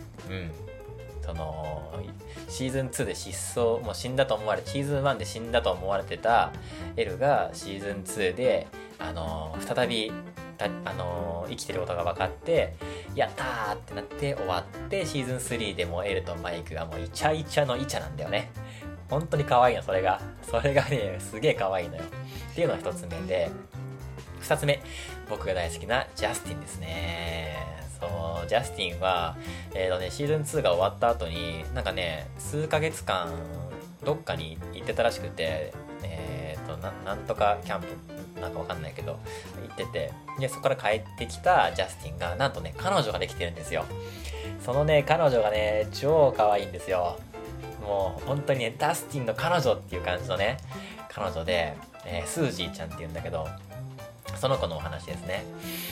シーズン2で失踪、もう死んだと思われ、シーズン1で死んだと思われてたエルがシーズン2で、再び、生きてることが分かって、やったーってなって終わって、シーズン3でもエルとマイクがもうイチャイチャのイチャなんだよね。本当に可愛いの、それがね、すげえ可愛いのよ。っていうのが1つ目で、2つ目、僕が大好きなジャスティンですね。そう、ジャスティンは、シーズン2が終わった後に、なんかね、数ヶ月間、どっかに行ってたらしくて、なんとかキャンプ、なんかわかんないけど、行ってて、で、そこから帰ってきたジャスティンが、なんとね、彼女ができてるんですよ。そのね、彼女がね、超可愛いんですよ。もう、本当にね、ダスティンの彼女っていう感じのね、彼女で、スージーちゃんって言うんだけど、その子のお話ですね。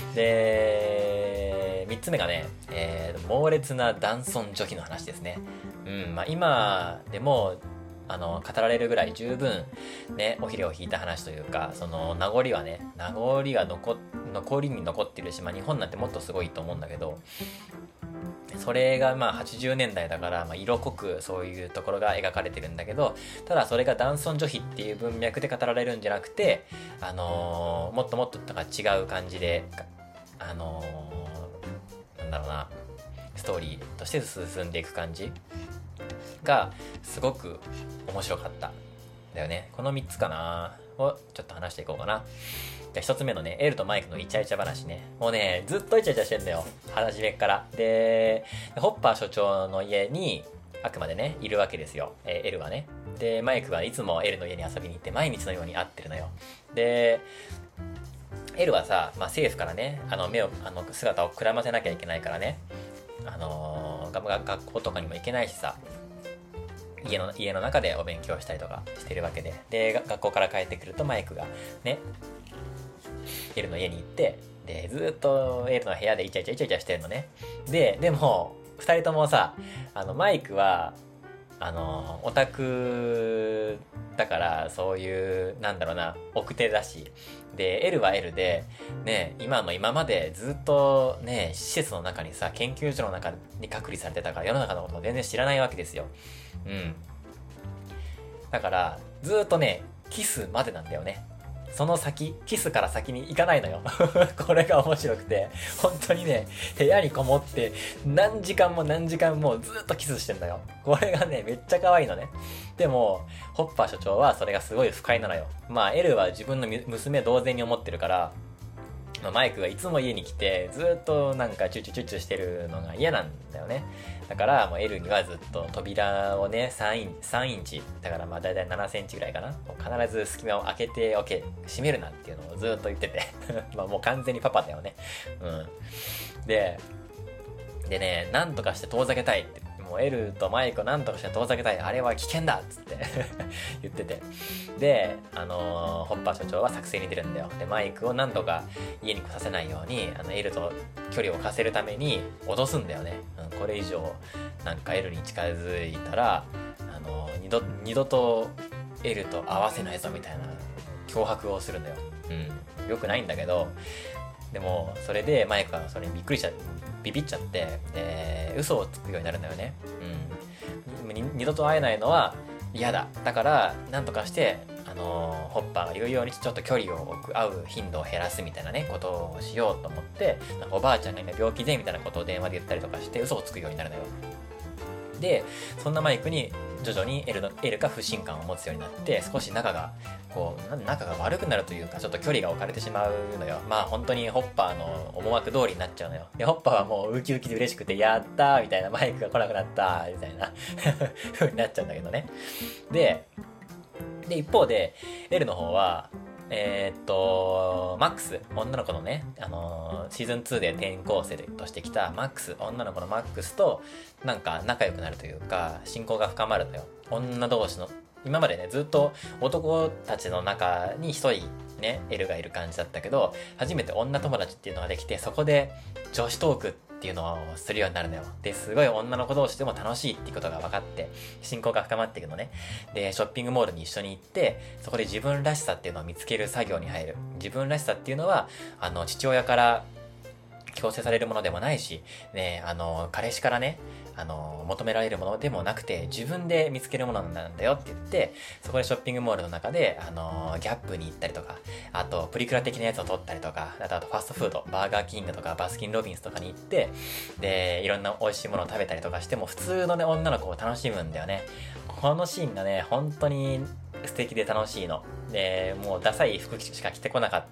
で、3つ目がね、猛烈な男尊女卑の話ですね。今でも、語られるぐらい十分、ね、尾ひれを引いた話というか、その名残が残りに残ってるし、日本なんてもっとすごいと思うんだけど、それが80年代だから、色濃くそういうところが描かれてるんだけど、ただそれが男尊女卑っていう文脈で語られるんじゃなくて、もっともっと違う感じで、なんだろうな、ストーリーとして進んでいく感じがすごく面白かったんだよね。この3つかなをちょっと話していこうかな。じゃあ1つ目のね、エルとマイクのイチャイチャ話ね。もうね、ずっとイチャイチャしてんだよ。初めっから。で、ホッパー所長の家に、あくまでね、いるわけですよ。エルはね。で、マイクはいつもエルの家に遊びに行って、毎日のように会ってるのよ。で、エルはさ、政府からね、姿をくらませなきゃいけないからね、学校とかにも行けないしさ、家の中でお勉強したりとかしてるわけで、で、学校から帰ってくるとマイクがね、エルの家に行って、で、ずっとエルの部屋でイチャイチャしてるのね。でも、二人ともさ、マイクは、オタクだから、そういう、なんだろうな、奥手だし、で、エルはエルで、ね、今までずっとね、施設の中にさ、研究所の中に隔離されてたから、世の中のことも全然知らないわけですよ。だから、ずっとね、キスまでなんだよね。その先、キスから先に行かないのよ。これが面白くて、本当にね、部屋にこもって、何時間もずっとキスしてんだよ。これがね、めっちゃ可愛いのね。でも、ホッパー所長はそれがすごい不快なのよ。エルは自分の娘同然に思ってるから、マイクがいつも家に来て、ずっとなんかチュッチュしてるのが嫌なんだよね。だから、もうエルにはずっと扉をね、3インチ、だからだいたい7センチぐらいかな。必ず隙間を開けておけ、閉めるなっていうのをずっと言ってて。もう完全にパパだよね。でね、なんとかして遠ざけたいって。もうエルとマイクをなんとかして遠ざけたい。あれは危険だっつって言ってて。で、ホッパー所長は作戦に出るんだよ。で、マイクを何とか家に来させないように、エルと距離を置かせるために脅すんだよね。これ以上、なんかエルに近づいたら、二度とエルと合わせないぞみたいな脅迫をするんだよ。よくないんだけど、でも、それでマイクはそれにビビっちゃって、嘘をつくようになるんだよね。二度と会えないのは嫌だ。だから、なんとかして、ホッパーが言うようにちょっと距離を置く、会う頻度を減らすみたいなね、ことをしようと思って、なんかおばあちゃんが今病気でみたいなことを電話で言ったりとかして嘘をつくようになるのよ。で、そんなマイクに徐々に L が不信感を持つようになって、少し仲が悪くなるというか、ちょっと距離が置かれてしまうのよ。まあ本当にホッパーの思惑通りになっちゃうのよ。でホッパーはもうウキウキで嬉しくて、やったーみたいな、マイクが来なくなったーみたいな風になっちゃうんだけどね。で一方で L の方はマックス、女の子のね、シーズン2で転校生としてきたマックス、女の子のマックスとなんか仲良くなるというか、親交が深まるのよ。女同士の、今までね、ずっと男たちの中に一人ね、L がいる感じだったけど、初めて女友達っていうのができて、そこで女子トークっていうのをするようになるのよ。で、すごい女の子同士でも楽しいっていうことが分かって、親交が深まっていくのね。で、ショッピングモールに一緒に行って、そこで自分らしさっていうのを見つける作業に入る。自分らしさっていうのは、父親から強制されるものでもないし、ね、彼氏からね、求められるものでもなくて、自分で見つけるものなんだよって言って、そこでショッピングモールの中で、ギャップに行ったりとか、あと、プリクラ的なやつを撮ったりとか、あとファストフード、バーガーキングとか、バスキンロビンスとかに行って、で、いろんな美味しいものを食べたりとかしても、普通のね、女の子を楽しむんだよね。このシーンがね、本当に素敵で楽しいの。で、もうダサい服しか着てこなかった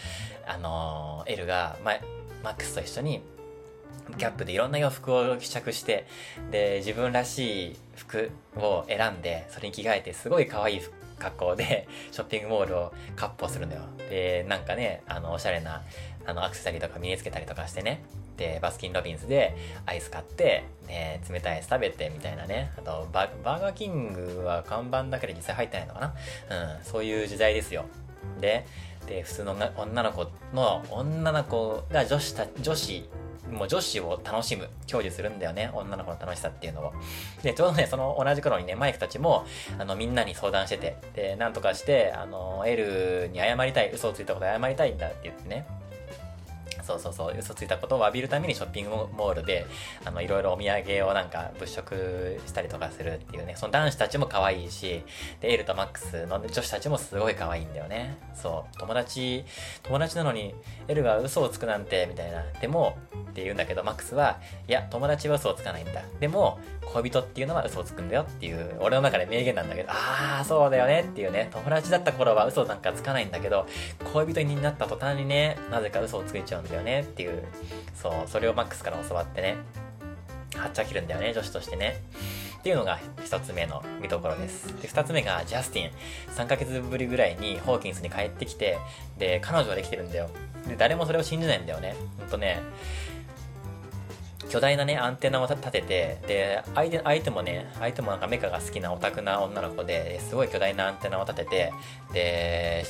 、L が、マックスと一緒に、ギャップでいろんな洋服を試着して、で、自分らしい服を選んで、それに着替えて、すごい可愛い格好で、ショッピングモールを割烹するのよ。で、なんかね、おしゃれな、アクセサリーとか身につけたりとかしてね。で、バスキンロビンスでアイス買って、ね、冷たいアイス食べてみたいなね。あと、バーガーキングは看板だけで実際入ってないのかな。そういう時代ですよ。で、普通の女の子が女子を楽しむ、享受するんだよね。女の子の楽しさっていうのを。で、ちょうどね、その同じ頃にね、マイクたちも、みんなに相談してて、で、なんとかして、L に謝りたい、嘘をついたこと謝りたいんだって言ってね。そう嘘ついたことを詫びるためにショッピングモールでいろいろお土産をなんか物色したりとかするっていうね。その男子たちも可愛いし、で L とマックスの女子たちもすごい可愛いんだよね。そう友達なのに L が嘘をつくなんてみたいな。でもって言うんだけど、マックスはいや友達は嘘をつかないんだ、でも恋人っていうのは嘘をつくんだよっていう、俺の中で名言なんだけど、そうだよねっていうね。友達だった頃は嘘なんかつかないんだけど、恋人になった途端にね、なぜか嘘をついちゃうんだよねっていう、それをマックスから教わってね、はっちゃけるんだよね、女子としてねっていうのが一つ目の見どころです。で、二つ目がジャスティン。3ヶ月ぶりぐらいにホーキンスに帰ってきて、で、彼女ができてるんだよ。で、誰もそれを信じないんだよね。巨大なね、アンテナを立てて、で、相手もなんかメカが好きなオタクな女の子で、すごい巨大なアンテナを立てて、で、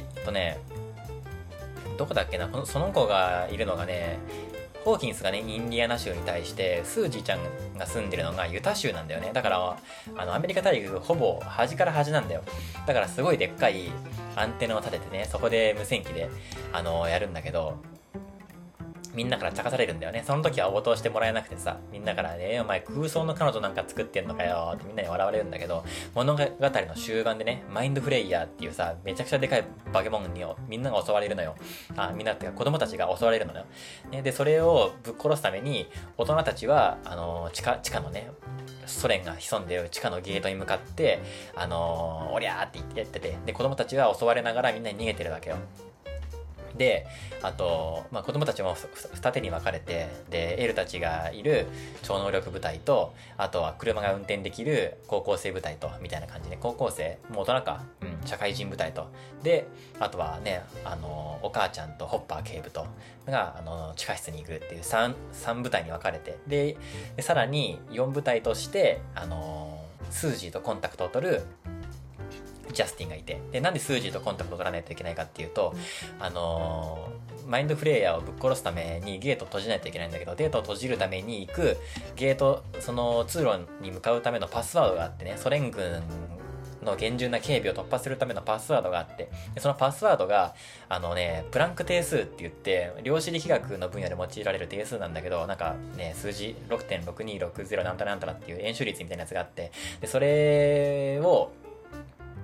どこだっけな、その子がいるのがね、ホーキンスがね、インディアナ州に対して、スージーちゃんが住んでるのがユタ州なんだよね。だから、アメリカ大陸ほぼ端から端なんだよ。だからすごいでっかいアンテナを立ててね、そこで無線機で、やるんだけど、みんなから茶化されるんだよね。その時は応答してもらえなくてさ、みんなからね、お前空想の彼女なんか作ってんのかよってみんなに笑われるんだけど、物語の終盤でね、マインドフレイヤーっていうさ、めちゃくちゃでかい化け物にみんなが襲われるのよ。みんなってか子供たちが襲われるのよ。ね、で、それをぶっ殺すために、大人たちは、地下のね、ソ連が潜んでいる地下のゲートに向かって、おりゃーって言ってて、で、子供たちは襲われながらみんなに逃げてるわけよ。で、あと、子供たちも二手に分かれて、で、L たちがいる超能力部隊と、あとは車が運転できる高校生部隊と、みたいな感じで、高校生、もう大人か、社会人部隊と、で、あとはね、お母ちゃんとホッパー警部と、が、地下室に行くっていう3部隊に分かれて、で、さらに4部隊として、スージーとコンタクトを取る、ジャスティンがいて、で、なんでスージーとコンタクトを取らないといけないかっていうと、マインドフレイヤーをぶっ殺すためにゲートを閉じないといけないんだけど、ゲートを閉じるために行くゲート、その通路に向かうためのパスワードがあってね、ソ連軍の厳重な警備を突破するためのパスワードがあって、でそのパスワードがプランク定数って言って、量子力学の分野で用いられる定数なんだけど、なんかね、数字 6.6260 なんたらなんたらっていう円周率みたいなやつがあって、でそれを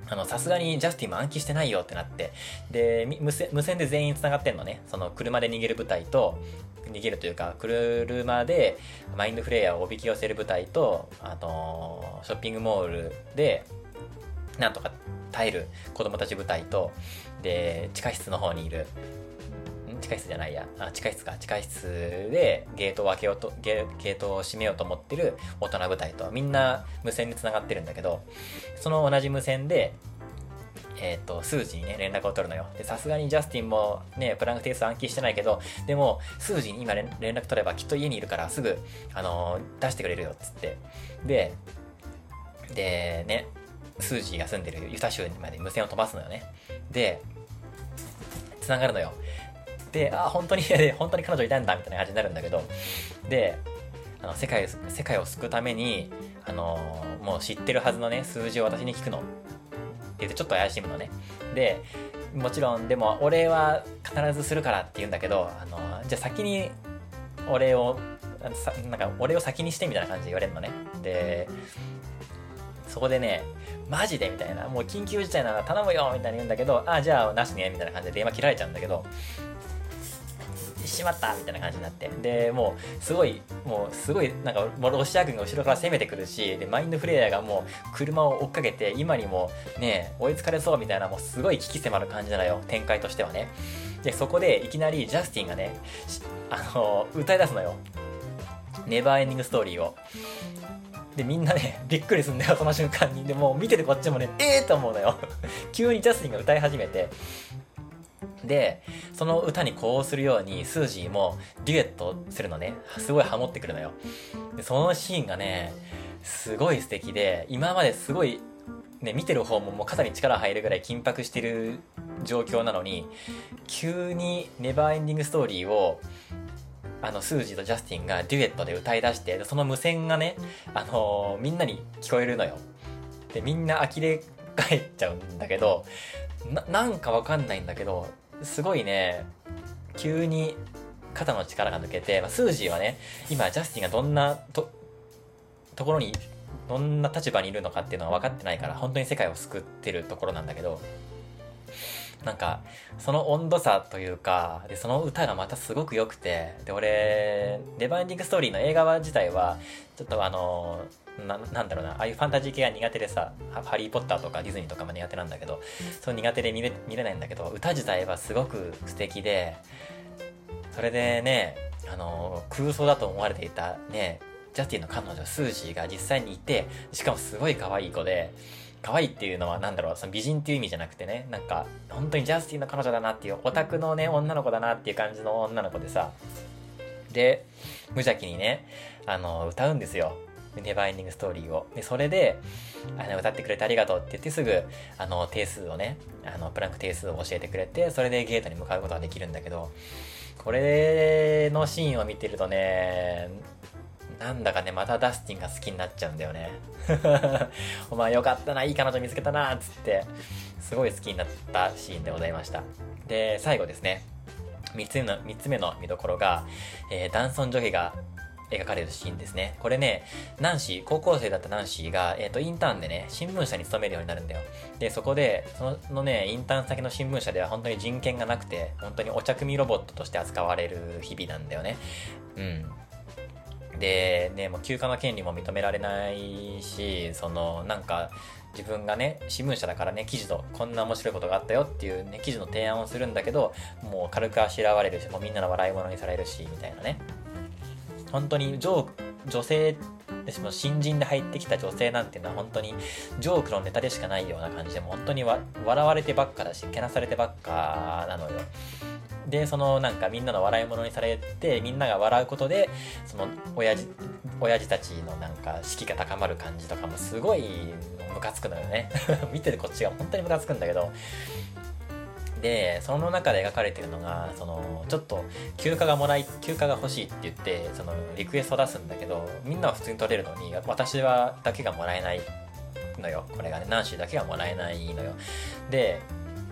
さすがにジャスティンも暗記してないよってなって、で、無線で全員繋がってんのね。その車で逃げる部隊と、逃げるというか、車でマインドフレイヤーをおびき寄せる部隊と、ショッピングモールで、なんとか耐える子供たち部隊と、で、地下室の方にいる、地下室じゃないや。地下室か。地下室でゲートを開けようと、ゲートを閉めようと思ってる大人部隊と、みんな無線に繋がってるんだけど、その同じ無線で、スージーにね、連絡を取るのよ。で、さすがにジャスティンもね、プランクテイス暗記してないけど、でも、スージーに今連絡取ればきっと家にいるからすぐ、出してくれるよ、っつって。で、ね、スージーが住んでるユタ州まで無線を飛ばすのよね。で、繋がるのよ。で、本当に彼女いたんだみたいな感じになるんだけど、で、世界を救うために、もう知ってるはずのね、数字を私に聞くの。って言ってちょっと怪しむのね。で、もちろん、でも俺は必ずするからって言うんだけど、じゃあ先に俺を先にしてみたいな感じで言われるのね。で、そこでね、マジでみたいな、もう緊急事態なら頼むよみたいに言うんだけど、じゃあなしねみたいな感じで電話切られちゃうんだけど、しまったみたいな感じになって、でもうすごいなんかロシア軍が後ろから攻めてくるし、でマインドフレイヤーがもう車を追っかけて今にもね追いつかれそうみたいな、もうすごい危機迫る感じなのよ、展開としてはね。でそこでいきなりジャスティンがね歌い出すのよ、ネバーエンディングストーリーを。でみんなねびっくりするんだよ、その瞬間に。でもう見ててこっちもねと思うのよ急にジャスティンが歌い始めて、でその歌にこうするようにスージーもデュエットするのね。すごいハモってくるのよ。でそのシーンがねすごい素敵で、今まですごいね見てる方ももう肩に力入るぐらい緊迫してる状況なのに、急にネバーエンディングストーリーをスージーとジャスティンがデュエットで歌い出して、その無線がねみんなに聞こえるのよ。でみんな呆れ返っちゃうんだけど、なんかわかんないんだけど、すごいね急に肩の力が抜けて、スージーはね今ジャスティンがどんなところにどんな立場にいるのかっていうのは分かってないから、本当に世界を救ってるところなんだけど、なんかその温度差というかで、その歌がまたすごく良くて、で俺ネバーエンディングストーリーの映画自体はちょっとなんだろうな、ああいうファンタジー系が苦手でさ、ハリーポッターとかディズニーとかも苦手なんだけど、その苦手で見れないんだけど、歌自体はすごく素敵で、それでね空想だと思われていたねジャスティンの彼女スージーが実際にいて、しかもすごい可愛い子で、可愛いっていうのはなんだろう、その美人っていう意味じゃなくてね、なんか本当にジャスティンの彼女だなっていう、オタクのね女の子だなっていう感じの女の子でさ、で無邪気にね歌うんですよ、ネバーエンディングストーリーを。でそれで歌ってくれてありがとうって言って、すぐ定数をねプランク定数を教えてくれて、それでゲートに向かうことができるんだけど、これのシーンを見てるとね、なんだかねまたダスティンが好きになっちゃうんだよねお前よかったな、いい彼女見つけたなっつってすごい好きになったシーンでございました。で最後ですね、3つ目の見どころが、男尊女卑が描かれるシーンですね。これね、高校生だったナンシーが、インターンでね、新聞社に勤めるようになるんだよ。で、そこで、そのね、インターン先の新聞社では本当に人権がなくて、本当にお茶組ロボットとして扱われる日々なんだよね。うん。で、ね、もう休暇の権利も認められないし、なんか、自分がね、新聞社だからね、記事とこんな面白いことがあったよっていうね、記事の提案をするんだけど、もう軽くあしらわれるし、もうみんなの笑い物にされるし、みたいなね。本当に女性でも新人で入ってきた女性なんていうのは本当にジョークのネタでしかないような感じで、も本当に笑われてばっかだし、けなされてばっかなのよ。でなんかみんなの笑い物にされて、みんなが笑うことでその親父たちのなんか士気が高まる感じとかもすごいムカつくのよね見ててこっちが本当にムカつくんだけど、でその中で描かれてるのがちょっと休暇が欲しいって言ってリクエストを出すんだけど、みんなは普通に取れるのに私だけがもらえないのよ。これがね、ナンシーだけがもらえないのよ。でい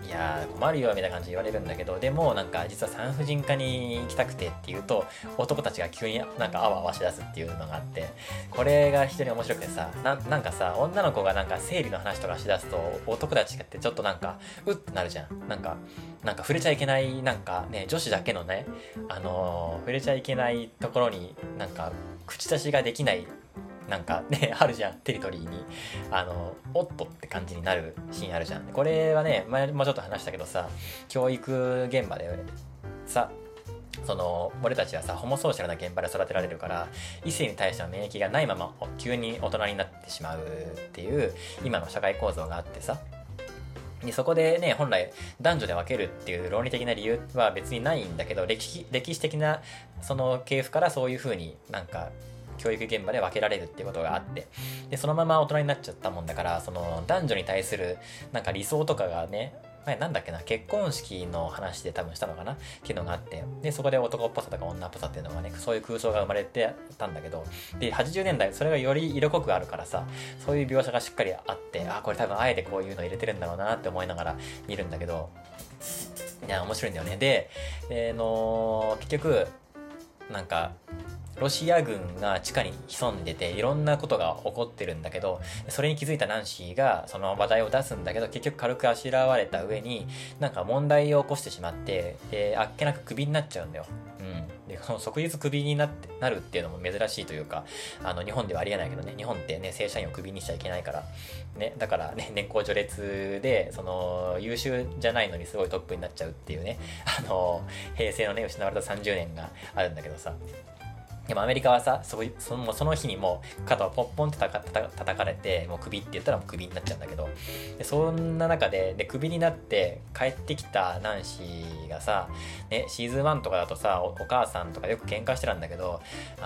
やー困るよみたいな感じで言われるんだけど、でもなんか実は産婦人科に行きたくてっていうと男たちが急になんかあわあわしだすっていうのがあって、これが非常に面白くてさ、なんかさ、女の子がなんか生理の話とかしだすと男たちってちょっとなんかうってなるじゃん。なんか触れちゃいけない、なんかね、女子だけのね、触れちゃいけないところになんか口出しができないなんかね、あるじゃん、テリトリーに。おっとって感じになるシーンあるじゃん。これはね、前もちょっと話したけどさ、教育現場でさ、俺たちはさ、ホモソーシャルな現場で育てられるから、異性に対しての免疫がないまま、急に大人になってしまうっていう、今の社会構造があってさ、でそこでね、本来男女で分けるっていう論理的な理由は別にないんだけど、歴史的なその系譜からそういう風になんか教育現場で分けられるっていうことがあって、でそのまま大人になっちゃったもんだから、その男女に対するなんか理想とかがね、前なんだっけな、結婚式の話で多分したのかなっていうのがあって、でそこで男っぽさとか女っぽさっていうのがね、そういう空想が生まれてたんだけど、で80年代それがより色濃くあるからさ、そういう描写がしっかりあって、あ、これ多分あえてこういうの入れてるんだろうなって思いながら見るんだけど、いや面白いんだよね。で、結局なんかロシア軍が地下に潜んでていろんなことが起こってるんだけど、それに気づいたナンシーがその話題を出すんだけど、結局軽くあしらわれた上になんか問題を起こしてしまって、あっけなくクビになっちゃうんだよ。でその即日クビになるっていうのも珍しいというか、日本ではありえないけどね、日本ってね、正社員をクビにしちゃいけないからね、だからね、年功序列でその優秀じゃないのにすごいトップになっちゃうっていうね、平成のね、失われた30年があるんだけどさ、でもアメリカはさ、その日にもう肩をポンポンって叩かれて、もうクビって言ったらもうクビになっちゃうんだけど、でそんな中でクビになって帰ってきたナンシーがさ、ね、シーズン1とかだとさ、お母さんとかよく喧嘩してたんだけど、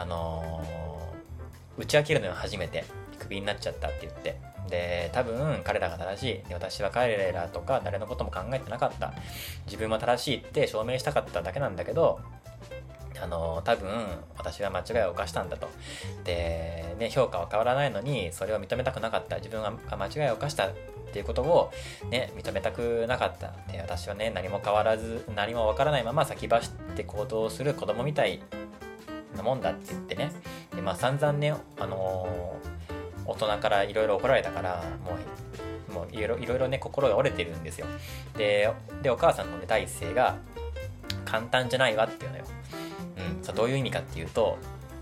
打ち明けるのよ、初めてクビになっちゃったって言って。で多分彼らが正しい、で私は彼らとか誰のことも考えてなかった、自分は正しいって証明したかっただけなんだけど、多分私は間違いを犯したんだと。で、ね、評価は変わらないのにそれを認めたくなかった、自分は間違いを犯したっていうことを、ね、認めたくなかった。で私はね、何も変わらず何もわからないまま先走って行動する子供みたいなもんだって言ってね。で散々ね、大人からいろいろ怒られたから、もういろいろね、心が折れてるんですよ。でお母さんの、ね、第一声が簡単じゃないわっていうのよ。どういう意味かっていうと、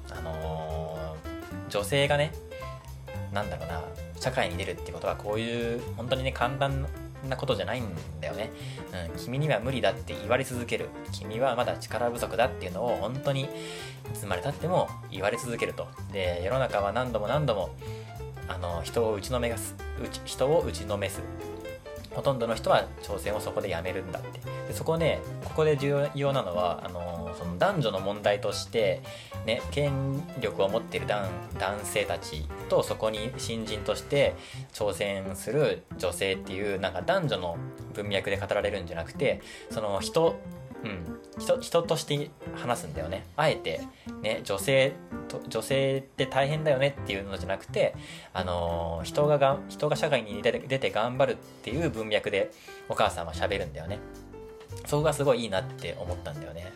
女性がね、なんだろうな、社会に出るってことはこういう本当にね、簡単なことじゃないんだよね。君には無理だって言われ続ける、君はまだ力不足だっていうのを本当にいつまでたっても言われ続けると。で世の中は何度も人を打ちのめす、ほとんどの人は挑戦をそこでやめるんだって。でそこね、ここで重要なのは、その男女の問題としてね、権力を持っている男性たちと、そこに新人として挑戦する女性っていう、なんか男女の文脈で語られるんじゃなくて、その人として話すんだよね。あえてね、女性って大変だよねっていうのじゃなくて、人が社会に出て頑張るっていう文脈でお母さんは喋るんだよね。そこがすごいいいなって思ったんだよね。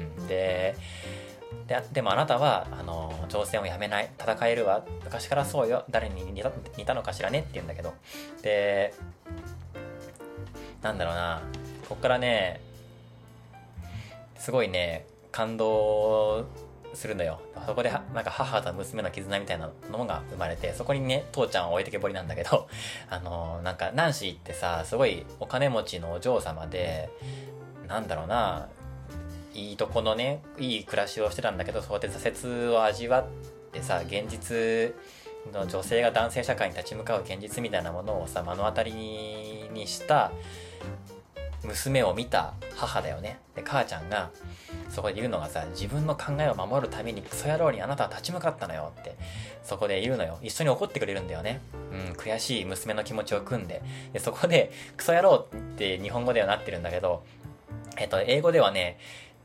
でもあなたは挑戦をやめない、戦えるわ、昔からそうよ、誰に似たのかしらねって言うんだけど、でなんだろうな、こっからね、すごいね、感動するのよ。そこでなんか母と娘の絆みたいなのが生まれて、そこにね、父ちゃんは置いてけぼりなんだけどなんかナンシーってさ、すごいお金持ちのお嬢様で、なんだろうな、いいとこのね、いい暮らしをしてたんだけど、そうやって挫折を味わってさ、現実の女性が男性社会に立ち向かう現実みたいなものをさ、目の当たりにした娘を見た母だよね。で母ちゃんがそこで言うのがさ、自分の考えを守るためにクソ野郎にあなたは立ち向かったのよってそこで言うのよ。一緒に怒ってくれるんだよね。悔しい娘の気持ちを組んで、そこでクソ野郎って日本語ではなってるんだけど、英語ではね、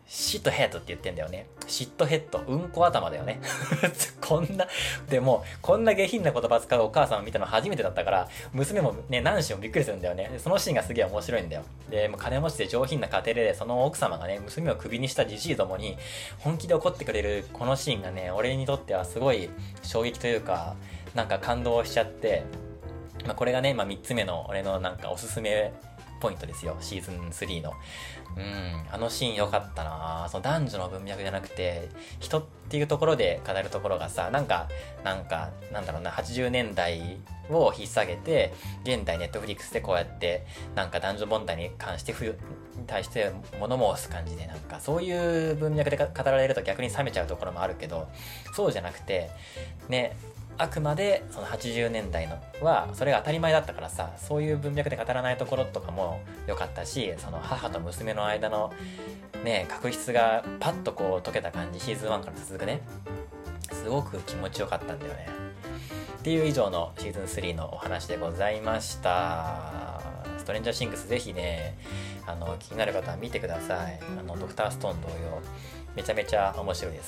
シットヘッドって言ってんだよね。シットヘッド、うんこ頭だよね。こんな、でも、こんな下品な言葉使うお母さんを見たの初めてだったから、娘もね、ナンシーもびっくりするんだよね。そのシーンがすげえ面白いんだよ。で、もう金持ちで上品な家庭で、その奥様がね、娘をクビにしたじじいどもに、本気で怒ってくれるこのシーンがね、俺にとってはすごい衝撃というか、なんか感動しちゃって、これがね、3つ目の俺のなんかおすすめポイントですよ、シーズン3の。あのシーン良かったな。その男女の文脈じゃなくて、人っていうところで語るところがさ、なんだろうな、80年代を引っ提げて、現代ネットフリックスでこうやって、なんか男女問題に対して物申す感じで、なんかそういう文脈で語られると逆に冷めちゃうところもあるけど、そうじゃなくて、ね、あくまでその80年代のはそれが当たり前だったからさ、そういう文脈で語らないところとかも良かったし、その母と娘の間のね、確執がパッとこう解けた感じ、シーズン1から続くね、すごく気持ちよかったんだよね。っていう以上のシーズン3のお話でございました。ストレンジャーシングスぜひね、気になる方は見てください。ドクターストーン同様めちゃめちゃ面白いです。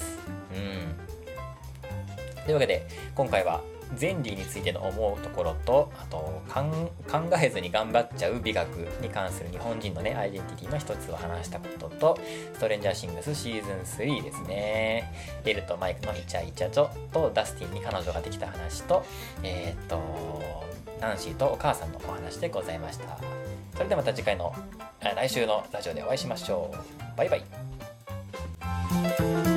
というわけで今回はゼンリーについての思うところと、あと考えずに頑張っちゃう美学に関する日本人のねアイデンティティの一つを話したことと、ストレンジャーシングスシーズン3ですね、エルとマイクのイチャイチャとダスティンに彼女ができた話と、ナンシーとお母さんのお話でございました。それではまた次回の来週のラジオでお会いしましょう。バイバイ。